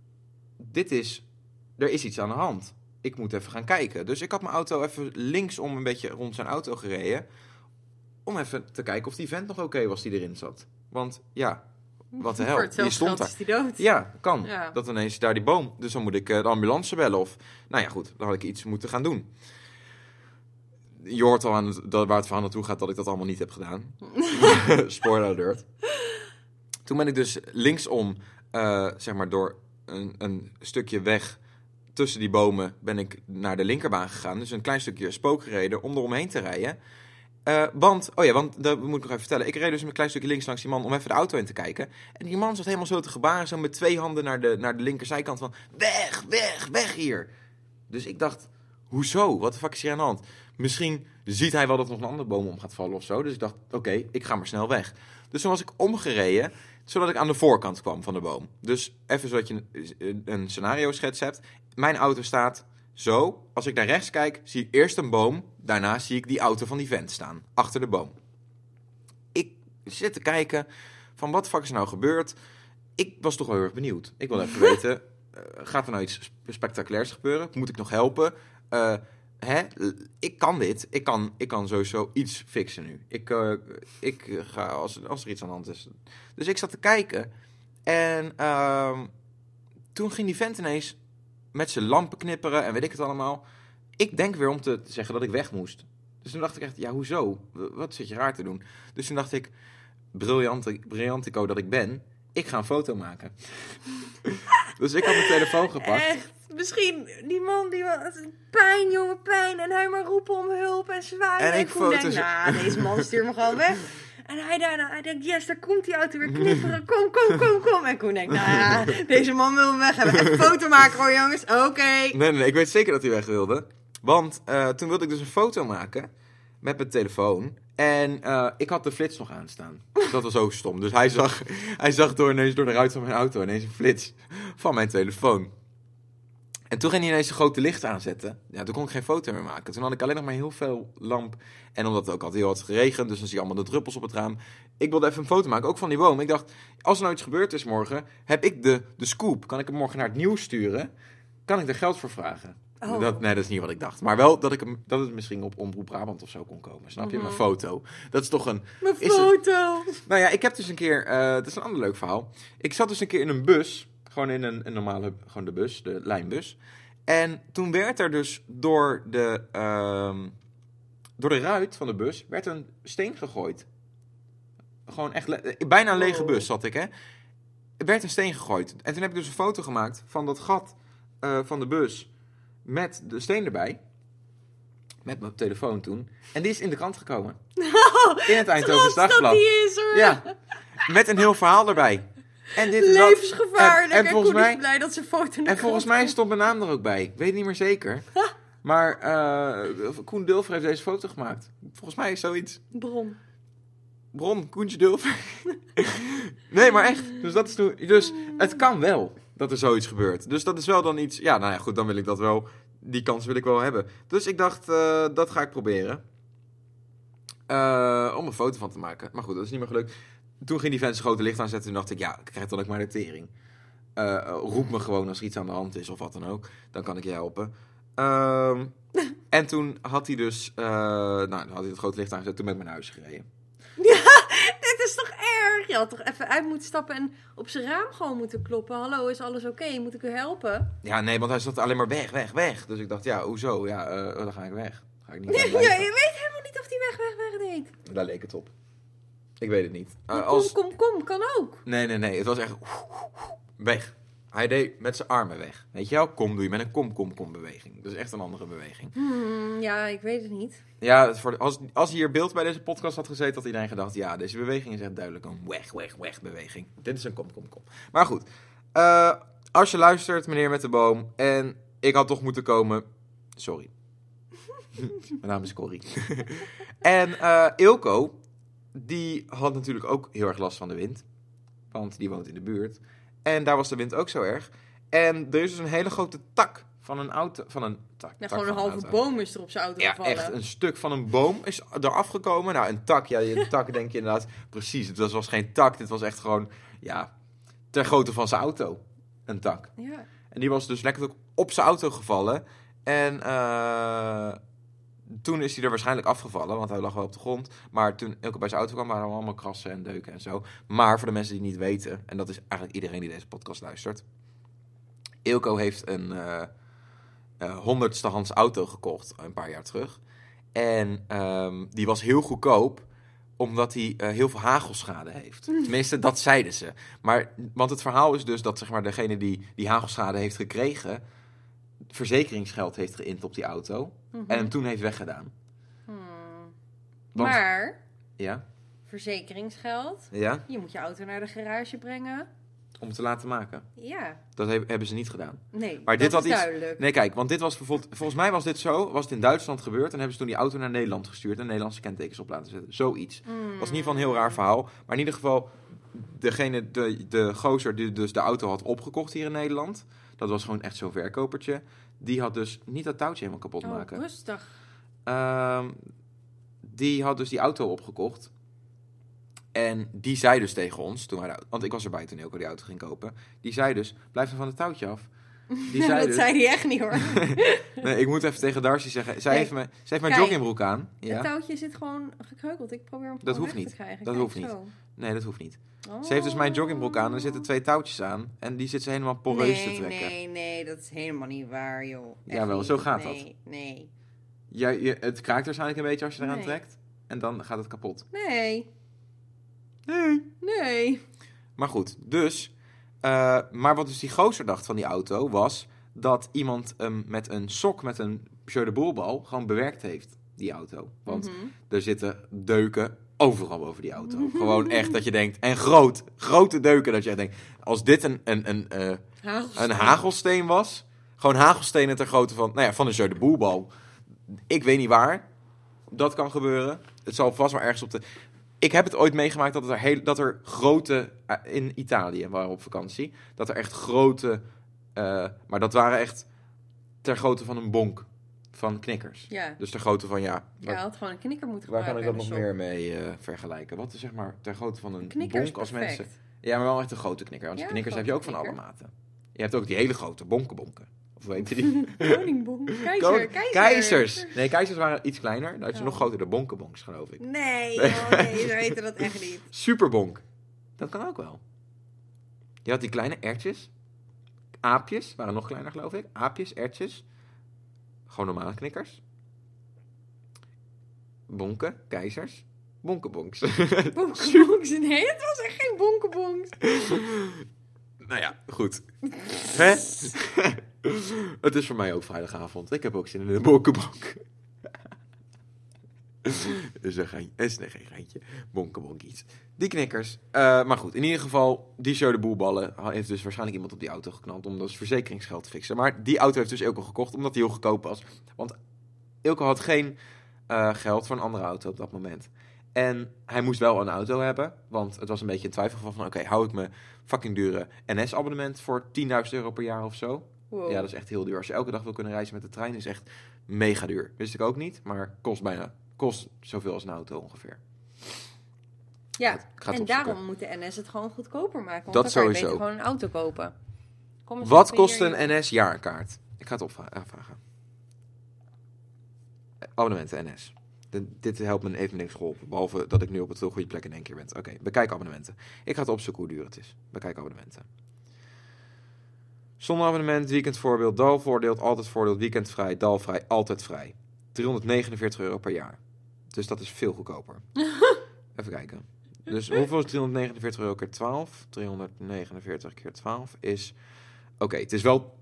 er is iets aan de hand. Ik moet even gaan kijken. Dus ik had mijn auto even linksom een beetje rond zijn auto gereden. Om even te kijken of die vent nog oké was die erin zat. Want ja, wat de Voor hel, die hetzelfde stond geld daar. is die dood. Ja, kan. Ja. Dat ineens daar die boom. Dus dan moet ik de ambulance bellen of... Nou ja, goed. Dan had ik iets moeten gaan doen. Je hoort al waar het verhaal naartoe gaat dat ik dat allemaal niet heb gedaan. Spoiler alert. Toen ben ik dus linksom, zeg maar door een stukje weg tussen die bomen, ben ik naar de linkerbaan gegaan. Dus een klein stukje spook gereden om eromheen te rijden. Want dat moet ik nog even vertellen. Ik reed dus met een klein stukje links langs die man om even de auto in te kijken. En die man zat helemaal zo te gebaren, zo met 2 handen naar de linkerzijkant van... Weg hier! Dus ik dacht, hoezo? Wat de fuck is hier aan de hand? Misschien ziet hij wel dat er nog een andere boom om gaat vallen of zo. Dus ik dacht, oké, ik ga maar snel weg. Dus toen was ik omgereden, zodat ik aan de voorkant kwam van de boom. Dus even zodat je een scenario schets hebt. Mijn auto staat... Zo, als ik naar rechts kijk, zie ik eerst een boom. Daarna zie ik die auto van die vent staan, achter de boom. Ik zit te kijken van wat fuck is er nou gebeurd? Ik was toch wel heel erg benieuwd. Ik wil even weten, gaat er nou iets spectaculairs gebeuren? Moet ik nog helpen? Ik kan dit. Ik kan sowieso iets fixen nu. Ik ga als er iets aan de hand is. Dus ik zat te kijken. En toen ging die vent ineens met zijn lampen knipperen en weet ik het allemaal. Ik denk weer om te zeggen dat ik weg moest. Dus toen dacht ik echt, ja, hoezo? Wat zit je raar te doen? Dus toen dacht ik, brillantico dat ik ben, ik ga een foto maken. Dus ik had mijn telefoon gepakt. Echt, misschien die man die was pijn, jongen, pijn. En hij maar roepen om hulp en zwaaien. En ik Koen denkt, foto's- deze man stuurt me gewoon weg. En hij denkt, yes, daar komt die auto weer knipperen. Kom. En Koen denkt, nou ja, deze man wil me weg hebben. Even een foto maken hoor, jongens. Oké. Nee, ik weet zeker dat hij weg wilde. Want toen wilde ik dus een foto maken met mijn telefoon. En ik had de flits nog aanstaan. Dat was ook stom. Dus hij zag ineens door de ruit van mijn auto ineens een flits van mijn telefoon. En toen ging hij ineens een grote licht aanzetten. Ja, toen kon ik geen foto meer maken. Toen had ik alleen nog maar heel veel lamp. En omdat het ook altijd heel hard geregend, dus dan zie je allemaal de druppels op het raam. Ik wilde even een foto maken, ook van die boom. Ik dacht, als er nou iets gebeurd is morgen, heb ik de scoop. Kan ik hem morgen naar het nieuws sturen? Kan ik er geld voor vragen? Oh. Dat is niet wat ik dacht. Maar wel dat het misschien op Omroep Brabant of zo kon komen. Snap je? Mijn foto. Dat is toch een... Mijn is het- foto. Nou ja, ik heb dus een keer... dat is een ander leuk verhaal. Ik zat dus een keer in een bus. Gewoon in een normale... Gewoon de bus. De lijnbus. En toen werd er dus door de ruit van de bus... werd een steen gegooid. Gewoon echt... bijna een lege bus zat ik, hè. Er werd een steen gegooid. En toen heb ik dus een foto gemaakt van dat gat van de bus... met de steen erbij. Met mijn telefoon toen. En die is in de krant gekomen. In het Eindhoven's Dat Dagblad. die is hoor. Ja, met een heel verhaal erbij. En dit is wat- Levensgevaarlijk. En volgens Koen is mij, blij dat zijn foto in de en volgens krant mij stond mijn naam er ook bij. Ik weet het niet meer zeker. Maar Koen Dulfer heeft deze foto gemaakt. Volgens mij is zoiets. komt. Bron, Koentje Dulfer. Nee, maar echt. Dus, dat is toen, dus het kan wel dat er zoiets gebeurt. Dus dat is wel dan iets... Ja, nou ja, goed, dan wil ik dat wel... Die kans wil ik wel hebben. Dus ik dacht, dat ga ik proberen. Om een foto van te maken. Maar goed, dat is niet meer gelukt. Toen ging die vent zijn grote licht aanzetten. Toen dacht ik, ja, ik krijg dan ook maar de tering. Roep me gewoon als er iets aan de hand is of wat dan ook. Dan kan ik je helpen. En toen had hij dus... dan had hij het grote licht aangezet. Toen ben ik naar huis gereden. Dit is toch erg? Je had toch even uit moeten stappen en op zijn raam gewoon moeten kloppen. Hallo, is alles oké? Moet ik u helpen? Ja, nee, want hij zat alleen maar weg. Dus ik dacht, ja, hoezo? Ja, dan ga ik weg. Ga ik niet Ja, aan je blijven. weet helemaal niet of die weg deed. Daar leek het op. Ik weet het niet. Kom, kan ook. Nee. Het was echt... Weg. Hij deed met zijn armen weg. Weet je wel? Kom doe je met een kom beweging. Dat is echt een andere beweging. Ja, ik weet het niet. Ja, als hier beeld bij deze podcast had gezeten, had iedereen gedacht... Ja, deze beweging is echt duidelijk een weg beweging. Dit is een kom. Maar goed. Als je luistert, meneer met de boom... En ik had toch moeten komen... Sorry. Mijn naam is Corrie. En Ilko... Die had natuurlijk ook heel erg last van de wind. Want die woont in de buurt. En daar was de wind ook zo erg. En er is dus een hele grote tak van een auto... Gewoon een halve boom is er op zijn auto Ja, gevallen. echt. Een stuk van een boom is eraf gekomen. Nou, een tak. Ja, een tak denk je inderdaad... Precies, het was geen tak. Dit was echt gewoon... Ja, ter grootte van zijn auto. Een tak. Ja. En die was dus lekker op zijn auto gevallen. En... toen is hij er waarschijnlijk afgevallen, want hij lag wel op de grond. Maar toen Ilko bij zijn auto kwam, waren er allemaal krassen en deuken en zo. Maar voor de mensen die het niet weten, en dat is eigenlijk iedereen die deze podcast luistert. Ilko heeft een 100ste auto gekocht, een paar jaar terug. En die was heel goedkoop, omdat hij heel veel hagelschade heeft. Tenminste, dat zeiden ze. Want het verhaal is dus dat zeg maar, degene die hagelschade heeft gekregen... verzekeringsgeld heeft geïnt op die auto... en hem toen heeft weggedaan. Want- Maar, Ja? verzekeringsgeld. Ja? Je moet je auto naar de garage brengen. Om het te laten maken. Ja. Dat hebben ze niet gedaan. Nee, Maar dat dit is was iets... duidelijk. Nee, kijk, want dit was bijvoorbeeld... Volgens mij was dit zo, was het in Duitsland gebeurd... en hebben ze toen die auto naar Nederland gestuurd... en Nederlandse kentekens op laten zetten. Zoiets. Dat was in ieder geval een heel raar verhaal. Maar in ieder geval, de gozer die dus de auto had opgekocht hier in Nederland... dat was gewoon echt zo'n verkopertje... die had dus niet dat touwtje helemaal kapot maken. Rustig. Die had dus die auto opgekocht. En die zei dus tegen ons, want ik was erbij toen Ilko die auto ging kopen. Die zei dus, blijf er van het touwtje af. Die zei dat dus, zei hij echt niet hoor. nee, ik moet even tegen Darcy zeggen. Zij Nee. heeft mijn Kijk, joggingbroek aan. Het Ja? touwtje zit gewoon gekreukeld. Ik probeer hem Dat gewoon hoeft weg niet. te krijgen. Dat Kijk, hoeft niet. zo. Nee, dat hoeft niet. Oh. Ze heeft dus mijn joggingbroek aan en er zitten 2 touwtjes aan. En die zit ze helemaal poreus te trekken. Nee, dat is helemaal niet waar, joh. Echt Jawel, niet. zo gaat dat. Nee. Het kraakt waarschijnlijk een beetje als je eraan Nee. trekt. En dan gaat het kapot. Nee. Maar goed, dus... maar wat dus die gozer dacht van die auto was... dat iemand hem met een sok met een Jeu de Boelbal gewoon bewerkt heeft, die auto. Want er zitten deuken overal boven die auto. Gewoon echt dat je denkt... En grote deuken dat je echt denkt... Als dit een hagelsteen was... Gewoon hagelstenen ter grootte van... Nou ja, van een Jeu de Boelbal. Ik weet niet waar dat kan gebeuren. Het zal vast maar ergens op de... Ik heb het ooit meegemaakt dat er grote... in Italië waren we op vakantie. Dat er echt grote... maar dat waren echt ter grootte van een bonk van knikkers. Ja. Dus ter grootte van, Ja, had gewoon een knikker moeten waar kan gebruiken. ik dat nog meer mee vergelijken? Wat is zeg maar ter grootte van een Knikker is bonk als perfect. mensen... Ja, maar wel echt een grote knikker. Want Ja, knikkers een heb je ook van grote alle knikker. maten. Je hebt ook die hele grote bonken. Of hoe heet die? Koningbonk. Keizer. Keizers. Nee, keizers waren iets kleiner. Dan had je Oh. nog grotere bonkenbonks, geloof ik. Nee, ze weten dat echt niet. Superbonk. Dat kan ook wel. Je had die kleine ertjes. Aapjes, waren nog kleiner geloof ik. Aapjes, ertjes. Gewoon normale knikkers. Bonken, keizers. Bonkenbonks. Bonkenbonks. Nee, het was echt geen bonkenbonks. Nou ja, goed. Hè? Het is voor mij ook vrijdagavond. Ik heb ook zin in een bonkenbonk. Dus geen geintje. Bonkenbonk iets. Die knikkers. Maar goed, in ieder geval, die Jeu de Boelballen heeft dus waarschijnlijk iemand op die auto geknald om dat verzekeringsgeld te fixen. Maar die auto heeft dus Ilko gekocht omdat die heel goedkoop was. Want Ilko had geen geld voor een andere auto op dat moment. En hij moest wel een auto hebben, want het was een beetje een twijfel van oké, hou ik mijn fucking dure NS-abonnement voor €10.000 per jaar of zo? Wow. Ja, dat is echt heel duur. Als je elke dag wil kunnen reizen met de trein, is echt mega duur. Wist ik ook niet, maar kost zoveel als een auto ongeveer. Ja, Ik ga het en opzoeken. daarom moet de NS het gewoon goedkoper maken. Want Dat dan kan je sowieso. beter gewoon een auto kopen. Kom eens Wat even kost hier, een NS-jaarkaart? Ik ga het afvragen. Abonnementen NS. Dit helpt me even niks geholpen. Behalve dat ik nu op het goede plek in één keer ben. Oké, bekijk abonnementen. Ik ga het opzoeken hoe duur het is. Bekijk abonnementen. Zonder abonnement, weekendvoorbeeld, dalvoordeel, altijd voordeel, weekendvrij, dalvrij, altijd vrij. €349 per jaar. Dus dat is veel goedkoper. Even kijken. Dus hoeveel is €349 keer 12? 349 keer 12 is... Oké, het is wel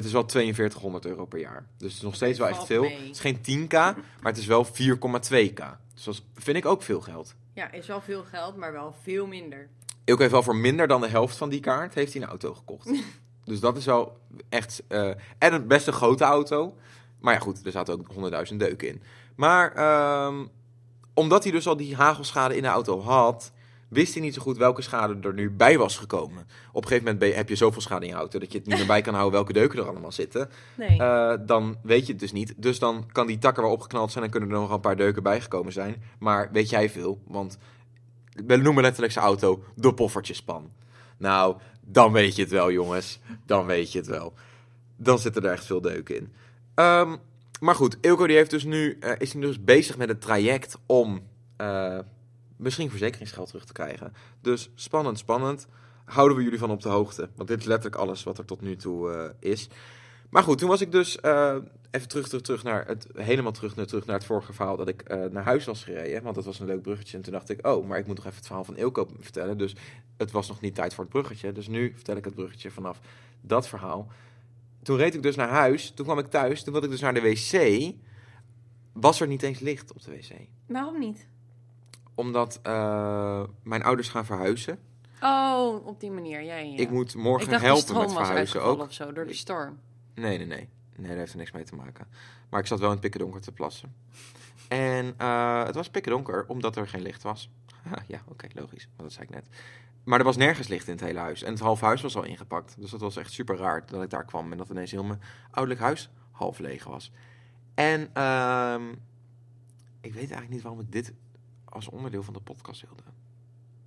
€4200 per jaar. Dus het is nog steeds wel echt valt veel. mee. Het is geen 10k, maar het is wel 4,2k. Dus dat vind ik ook veel geld. Ja, is wel veel geld, maar wel veel minder. Ilko heeft wel voor minder dan de helft van die kaart heeft hij een auto gekocht. Dus dat is wel echt... en een best een grote auto. Maar ja goed, er zaten ook 100.000 deuken in. Maar omdat hij dus al die hagelschade in de auto had... wist hij niet zo goed welke schade er nu bij was gekomen. Op een gegeven moment heb je zoveel schade in je auto... dat je het niet meer bij kan houden welke deuken er allemaal zitten. Nee. Dan weet je het dus niet. Dus dan kan die takken wel opgeknald zijn... en kunnen er nog een paar deuken bijgekomen zijn. Maar weet jij veel? Want we noemen letterlijk zijn auto de poffertjespan. Nou, dan weet je het wel, jongens. Dan weet je het wel. Dan zitten er echt veel deuken in. Maar goed, Ilko die heeft dus nu, is nu dus bezig met het traject om misschien verzekeringsgeld terug te krijgen. Dus spannend. Houden we jullie van op de hoogte. Want dit is letterlijk alles wat er tot nu toe is. Maar goed, toen was ik dus even terug naar het vorige verhaal dat ik naar huis was gereden. Want dat was een leuk bruggetje. En toen dacht ik, maar ik moet nog even het verhaal van Ilko vertellen. Dus het was nog niet tijd voor het bruggetje. Dus nu vertel ik het bruggetje vanaf dat verhaal. Toen reed ik dus naar huis. Toen kwam ik thuis. Toen wilde ik dus naar de wc. Was er niet eens licht op de wc. Waarom niet? Omdat mijn ouders gaan verhuizen. Oh, op die manier. Ja. Ik moet Ik morgen dacht helpen de stroom met was verhuizen uitgevallen ook. of zo, door de storm. Nee, daar heeft er niks mee te maken. Maar ik zat wel in het pikkendonker te plassen. En het was pikkendonker, omdat er geen licht was. Ja, oké, logisch. Maar dat zei ik net. Maar er was nergens licht in het hele huis. En het half huis was al ingepakt. Dus dat was echt super raar dat ik daar kwam. En dat ineens heel mijn ouderlijk huis half leeg was. En ik weet eigenlijk niet waarom ik dit als onderdeel van de podcast wilde.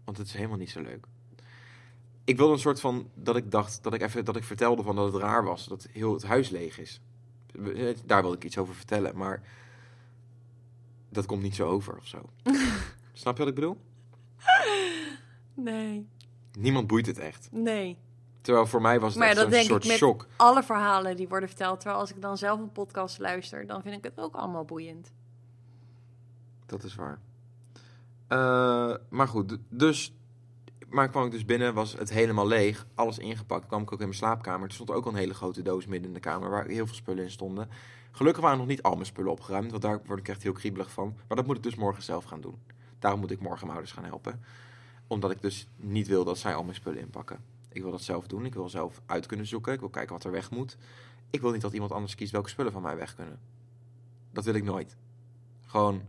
Want het is helemaal niet zo leuk. Ik wilde een soort van, dat ik vertelde van dat het raar was, dat heel het huis leeg is. Daar wilde ik iets over vertellen, maar dat komt niet zo over of zo. Snap je wat ik bedoel? Nee. Niemand boeit het echt. Nee. Terwijl voor mij was het Maar echt dat zo'n denk soort ik met shock. alle verhalen die worden verteld. Terwijl als ik dan zelf een podcast luister, dan vind ik het ook allemaal boeiend. Dat is waar. Maar goed, maar kwam ik dus binnen, was het helemaal leeg, alles ingepakt. Kwam ik ook in mijn slaapkamer. Er stond ook al een hele grote doos midden in de kamer, waar heel veel spullen in stonden. Gelukkig waren nog niet al mijn spullen opgeruimd, want daar word ik echt heel kriebelig van. Maar dat moet ik dus morgen zelf gaan doen. Daarom moet ik morgen mijn ouders gaan helpen. Omdat ik dus niet wil dat zij al mijn spullen inpakken. Ik wil dat zelf doen, ik wil zelf uit kunnen zoeken, ik wil kijken wat er weg moet. Ik wil niet dat iemand anders kiest welke spullen van mij weg kunnen. Dat wil ik nooit. Gewoon,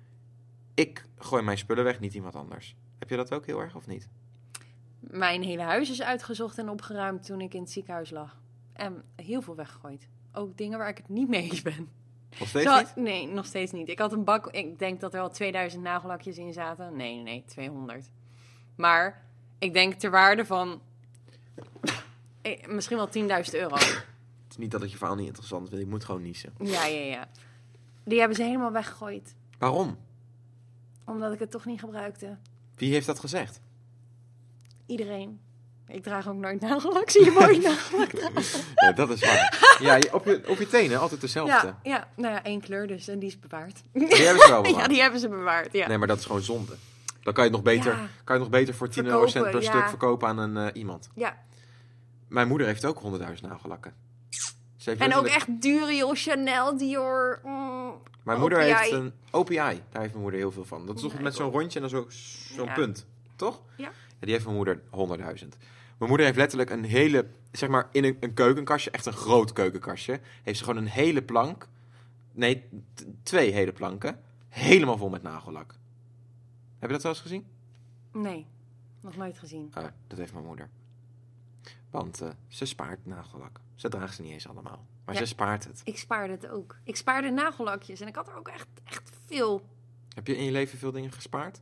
ik gooi mijn spullen weg, niet iemand anders. Heb je dat ook heel erg of niet? Mijn hele huis is uitgezocht en opgeruimd toen ik in het ziekenhuis lag. En heel veel weggegooid. Ook dingen waar ik het niet mee eens ben. Nog steeds niet? Nee, nog steeds niet. Ik had een bak, ik denk dat er al 2000 nagellakjes in zaten. Nee, 200. Maar ik denk ter waarde van misschien wel €10.000. Het is niet dat het je verhaal niet interessant vindt, ik moet gewoon niezen. Ja. Die hebben ze helemaal weggegooid. Waarom? Omdat ik het toch niet gebruikte. Wie heeft dat gezegd? Iedereen. Ik draag ook nooit nagellak. Zie je mooi nagellak? Ja, dat is waar. Ja, op je tenen altijd dezelfde. Ja, nou ja, 1 kleur dus. En die is bewaard. Die hebben ze wel bewaard. Ja, die hebben ze bewaard, ja. Nee, maar dat is gewoon zonde. Dan kan je het nog beter voor 10 eurocent per stuk verkopen aan iemand. Ja. Mijn moeder heeft ook 100.000 nagellakken. Ze heeft En ook letterlijk- echt dure, joh. Chanel, Dior. Mijn moeder OPI. heeft een OPI. Daar heeft mijn moeder heel veel van. Dat is toch Ja, met ik zo'n ook. rondje en dan zo'n Ja. punt. Toch? Ja. Die heeft mijn moeder 100.000. Mijn moeder heeft letterlijk een hele, zeg maar in een keukenkastje, echt een groot keukenkastje, heeft ze gewoon een hele plank, nee, 2 hele planken, helemaal vol met nagellak. Heb je dat wel eens gezien? Nee, nog nooit gezien. Dat heeft mijn moeder. Want ze spaart nagellak. Ze draagt ze niet eens allemaal. Maar Ja. ze spaart het. Ik spaarde het ook. Ik spaarde nagellakjes en ik had er ook echt veel. Heb je in je leven veel dingen gespaard?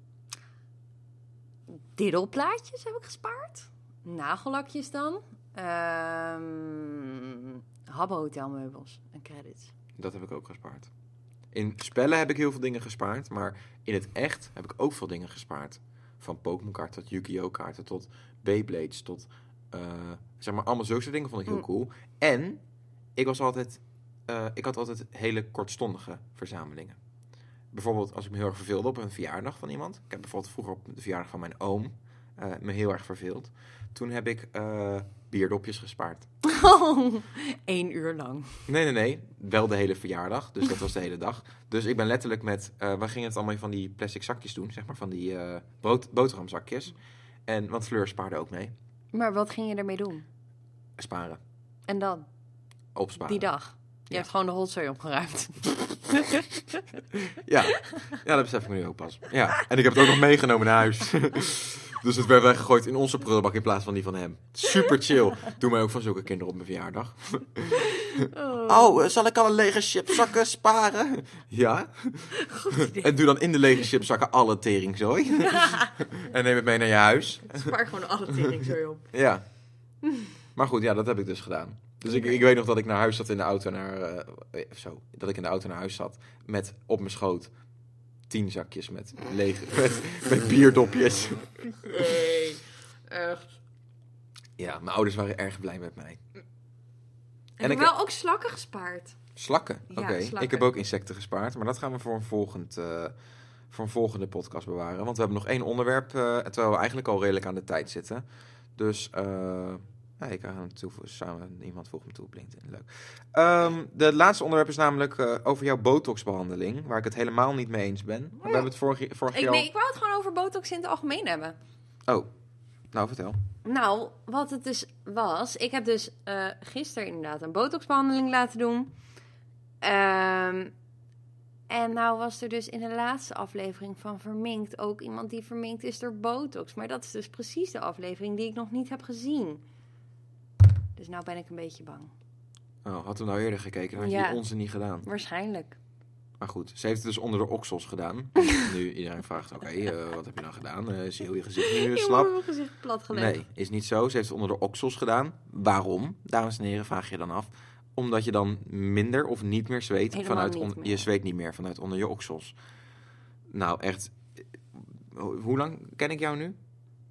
Diddelplaatjes heb ik gespaard. Nagellakjes dan. Habbo hotelmeubels en credits. Dat heb ik ook gespaard. In spellen heb ik heel veel dingen gespaard. Maar in het echt heb ik ook veel dingen gespaard. Van Pokémon kaarten tot Yu-Gi-Oh kaarten tot Beyblades tot... zeg maar allemaal zulke soort dingen vond ik heel cool. En ik had altijd hele kortstondige verzamelingen. Bijvoorbeeld als ik me heel erg verveelde op een verjaardag van iemand. Ik heb bijvoorbeeld vroeger op de verjaardag van mijn oom me heel erg verveeld. Toen heb ik bierdopjes gespaard. 1 uur lang. Nee. Wel de hele verjaardag. Dus dat was de hele dag. Dus ik ben letterlijk met... we gingen het allemaal van die plastic zakjes doen. Zeg maar van die boterhamzakjes. Want Fleur spaarde ook mee. Maar wat ging je ermee doen? Sparen. En dan? Opsparen. Die dag? Je Ja. hebt gewoon de hotzooi opgeruimd. Ja, dat besef ik me nu ook pas. Ja, en ik heb het ook nog meegenomen naar huis. Dus het werd weggegooid in onze prullenbak in plaats van die van hem. Super chill. Doe mij ook van zulke kinderen op mijn verjaardag. Zal ik alle lege chipszakken sparen? Ja. En doe dan in de lege chipszakken alle teringzooi. En neem het mee naar je huis. Spaar gewoon alle teringzooi op. Ja. Maar goed, ja, dat heb ik dus gedaan. Dus ik weet nog dat ik naar huis zat in de auto dat ik in de auto naar huis zat met op mijn schoot 10 zakjes met met bierdopjes. Nee, echt. Ja, mijn ouders waren erg blij met mij. En ik heb wel ook slakken gespaard. Slakken? Ja, Oké. slakken. Ik heb ook insecten gespaard, maar dat gaan we voor een volgende podcast bewaren. Want we hebben nog 1 onderwerp, terwijl we eigenlijk al redelijk aan de tijd zitten. Dus... ik ga hem samen iemand voegt me toe op LinkedIn. Leuk. De laatste onderwerp is namelijk over jouw botoxbehandeling, waar ik het helemaal niet mee eens ben. We hebben het vorig jaar... Nee, ik wou het gewoon over botox in het algemeen hebben. Oh, nou vertel. Nou, wat het dus was... Ik heb dus gisteren inderdaad een botoxbehandeling laten doen. En nou was er dus in de laatste aflevering van Verminkt ook iemand die verminkt is door botox. Maar dat is dus precies de aflevering die ik nog niet heb gezien. Dus nou ben ik een beetje bang. Oh, had we nou eerder gekeken, dan had je Ja. die onze niet gedaan. Waarschijnlijk. Maar goed, ze heeft het dus onder de oksels gedaan. Nu iedereen vraagt, oké, wat heb je dan gedaan? Is heel je gezicht nu slap? Mijn gezicht plat gelegd. Nee, is niet zo. Ze heeft het onder de oksels gedaan. Waarom? Dames en heren, vraag je dan af. Omdat je dan minder of niet meer zweet. Helemaal niet meer. Je zweet niet meer vanuit onder je oksels. Nou, echt. Hoe lang ken ik jou nu?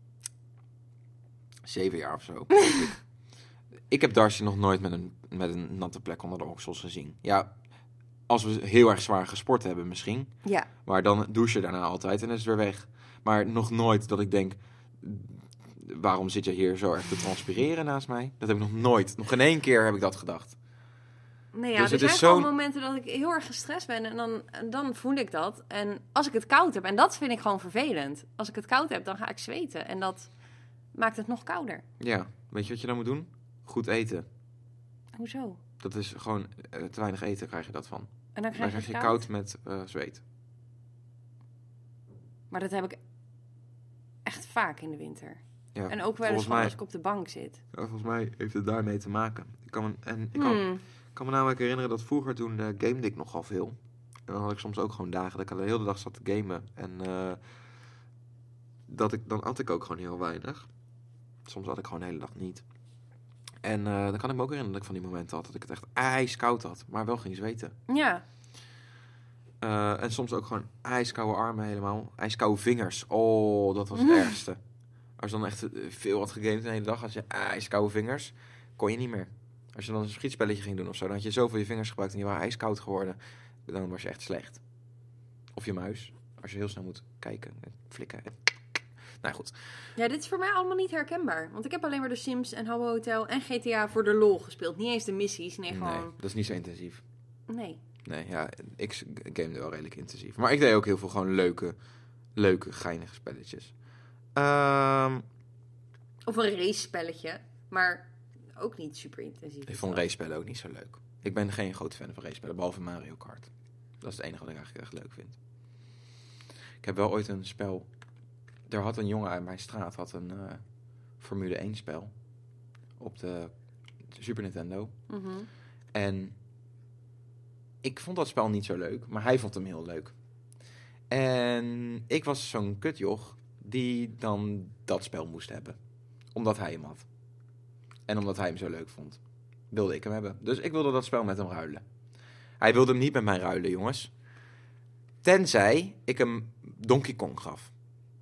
7 jaar of zo. Ik heb Darcy nog nooit met een natte plek onder de oksels gezien. Ja, als we heel erg zwaar gesport hebben misschien. Ja. Maar dan douche je daarna altijd en is het weer weg. Maar nog nooit dat ik denk... Waarom zit je hier zo erg te transpireren naast mij? Dat heb ik nog nooit. Nog geen 1 keer heb ik dat gedacht. Nee, ja, Dus er het zijn is gewoon momenten dat ik heel erg gestrest ben en dan voel ik dat. En als ik het koud heb, en dat vind ik gewoon vervelend. Als ik het koud heb, dan ga ik zweten. En dat maakt het nog kouder. Ja, weet je wat je dan moet doen? Goed eten. Hoezo? Dat is gewoon te weinig eten krijg je dat van. En dan Dan krijg je je koud met zweet. Maar dat heb ik echt vaak in de winter. Ja, En ook wel eens gewoon als ik op de bank zit. Ja, volgens mij heeft het daarmee te maken. Ik kan me namelijk herinneren dat vroeger toen gamede ik nogal veel. En dan had ik soms ook gewoon dagen dat ik de hele dag zat te gamen. En dan at ik ook gewoon heel weinig. Soms at ik gewoon de hele dag niet. En dan kan ik me ook herinneren dat ik van die momenten had dat ik het echt ijskoud had. Maar wel ging zweten. Ja. En soms ook gewoon ijskoude armen helemaal. Ijskoude vingers. Oh, dat was het ergste. Als je dan echt veel had gegamed de hele dag, had je ijskoude vingers. Kon je niet meer. Als je dan een schietspelletje ging doen of zo, dan had je zoveel je vingers gebruikt en die waren ijskoud geworden. Dan was je echt slecht. Of je muis. Als je heel snel moet kijken en flikken. Nou goed. Ja, dit is voor mij allemaal niet herkenbaar. Want ik heb alleen maar de Sims en Habbo Hotel en GTA voor de lol gespeeld. Niet eens de missies. Nee, gewoon... Nee, dat is niet zo intensief. Nee. Nee, ja, ik gamede wel redelijk intensief. Maar ik deed ook heel veel gewoon leuke geinige spelletjes. Of een race spelletje. Maar ook niet super intensief. Ik vond race-spellen ook niet zo leuk. Ik ben geen grote fan van race-spellen, behalve Mario Kart. Dat is het enige wat ik eigenlijk echt leuk vind. Ik heb wel ooit een spel... Er had een jongen uit mijn straat een Formule 1 spel. Op de Super Nintendo. Mm-hmm. En ik vond dat spel niet zo leuk, maar hij vond hem heel leuk. En ik was zo'n kutjoch die dan dat spel moest hebben. Omdat hij hem had. En omdat hij hem zo leuk vond. Wilde ik hem hebben. Dus ik wilde dat spel met hem ruilen. Hij wilde hem niet met mij ruilen, jongens. Tenzij ik hem Donkey Kong gaf.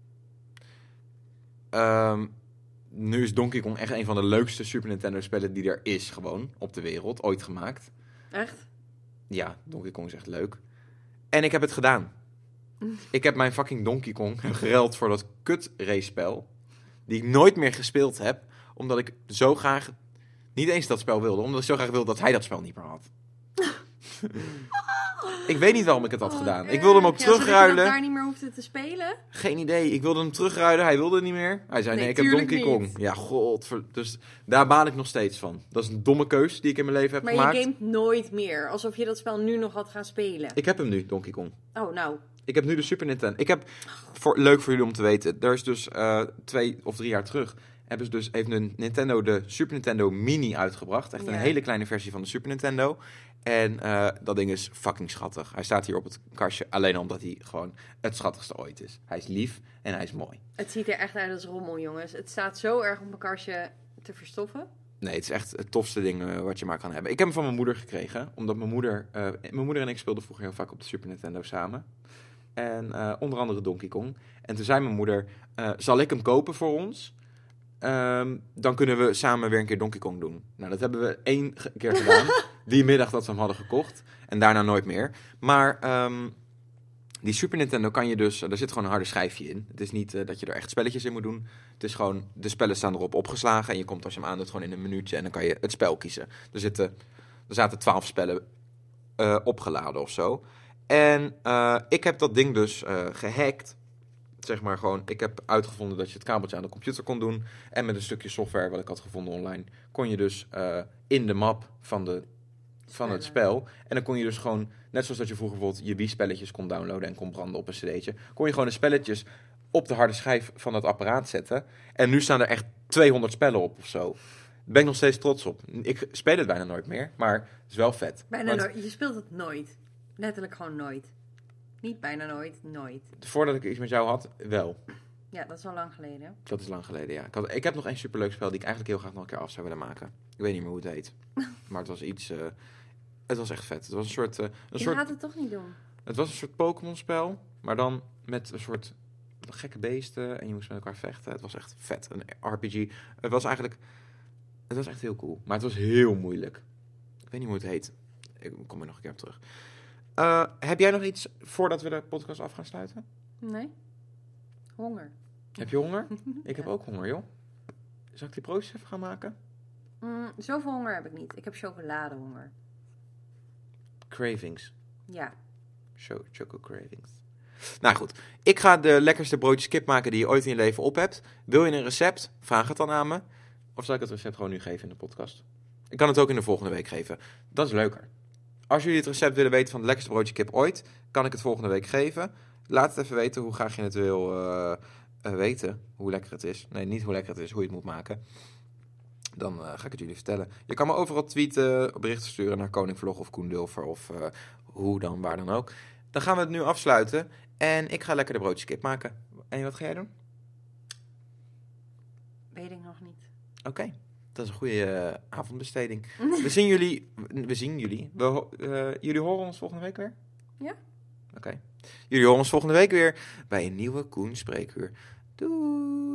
Nu is Donkey Kong echt een van de leukste Super Nintendo spellen die er is gewoon op de wereld. Ooit gemaakt. Echt? Ja, Donkey Kong is echt leuk. En ik heb het gedaan. Ik heb mijn fucking Donkey Kong geruild voor dat kut race spel. Die ik nooit meer gespeeld heb. Omdat ik zo graag niet eens dat spel wilde. Omdat ik zo graag wilde dat hij dat spel niet meer had. Ik weet niet waarom ik het had gedaan. Ik wilde hem ook terugruilen. Zodat je daar niet meer hoefde te spelen? Geen idee. Ik wilde hem terugruilen. Hij wilde het niet meer. Hij zei, nee ik heb Donkey Kong. Niet. Ja, dus daar baal ik nog steeds van. Dat is een domme keus die ik in mijn leven heb maar gemaakt. Maar je gamet nooit meer. Alsof je dat spel nu nog had gaan spelen. Ik heb hem nu, Donkey Kong. Oh, nou. Ik heb nu de Super Nintendo. Ik heb, leuk voor jullie om te weten, er is dus 2 of 3 jaar terug... heeft een Nintendo de Super Nintendo Mini uitgebracht. Echt een hele kleine versie van de Super Nintendo. En dat ding is fucking schattig. Hij staat hier op het kastje alleen omdat hij gewoon het schattigste ooit is. Hij is lief en hij is mooi. Het ziet er echt uit als rommel, jongens. Het staat zo erg op mijn kastje te verstoffen. Nee, het is echt het tofste ding wat je maar kan hebben. Ik heb hem van mijn moeder gekregen. Omdat mijn moeder en ik speelden vroeger heel vaak op de Super Nintendo samen. En onder andere Donkey Kong. En toen zei mijn moeder, zal ik hem kopen voor ons? Dan kunnen we samen weer een keer Donkey Kong doen. Nou, dat hebben we 1 keer gedaan. Die middag dat we hem hadden gekocht. En daarna nooit meer. Maar die Super Nintendo kan je dus... Daar zit gewoon een harde schijfje in. Het is niet dat je er echt spelletjes in moet doen. Het is gewoon... De spellen staan erop opgeslagen. En je komt als je hem aandoet gewoon in een minuutje. En dan kan je het spel kiezen. Er zaten 12 spellen opgeladen of zo. En ik heb dat ding dus gehackt. Zeg maar gewoon, ik heb uitgevonden dat je het kabeltje aan de computer kon doen. En met een stukje software wat ik had gevonden online, kon je dus in de map van het spel. En dan kon je dus gewoon, net zoals dat je vroeger bijvoorbeeld je Wii-spelletjes kon downloaden en kon branden op een cd'tje, kon je gewoon de spelletjes op de harde schijf van het apparaat zetten. En nu staan er echt 200 spellen op of zo. Daar ben ik nog steeds trots op. Ik speel het bijna nooit meer, maar het is wel vet. Bijna nooit. Je speelt het nooit. Letterlijk gewoon nooit. Niet bijna nooit, nooit. Voordat ik iets met jou had, wel. Ja, dat is al lang geleden. Dat is lang geleden, ja. Ik heb nog een superleuk spel die ik eigenlijk heel graag nog een keer af zou willen maken. Ik weet niet meer hoe het heet. Maar het was iets... het was echt vet. Het was een soort... Je gaat het toch niet doen? Het was een soort Pokémon-spel, maar dan met een soort gekke beesten en je moest met elkaar vechten. Het was echt vet. Een RPG. Het was echt heel cool, maar het was heel moeilijk. Ik weet niet hoe het heet. Ik kom er nog een keer op terug. Heb jij nog iets voordat we de podcast af gaan sluiten? Nee. Honger. Heb je honger? Ik heb ook honger, joh. Zal ik die broodjes even gaan maken? Zoveel honger heb ik niet. Ik heb chocoladehonger. Cravings. Ja. Choco cravings. Nou goed, ik ga de lekkerste broodjes kip maken die je ooit in je leven op hebt. Wil je een recept? Vraag het dan aan me. Of zal ik het recept gewoon nu geven in de podcast? Ik kan het ook in de volgende week geven. Dat is leuker. Als jullie het recept willen weten van het lekkerste broodje kip ooit, kan ik het volgende week geven. Laat het even weten hoe graag je het wil weten. Hoe lekker het is. Nee, niet hoe lekker het is, hoe je het moet maken. Dan ga ik het jullie vertellen. Je kan me overal tweeten, berichten sturen naar Koningvlog of Koen Dulfer of hoe dan, waar dan ook. Dan gaan we het nu afsluiten. En ik ga lekker de broodjes kip maken. En wat ga jij doen? Weet ik nog niet. Oké, dat is een goede avondbesteding. We zien jullie. Jullie horen ons volgende week weer? Ja. Oké. Jullie horen ons volgende week weer bij een nieuwe Koen Spreekuur. Doei!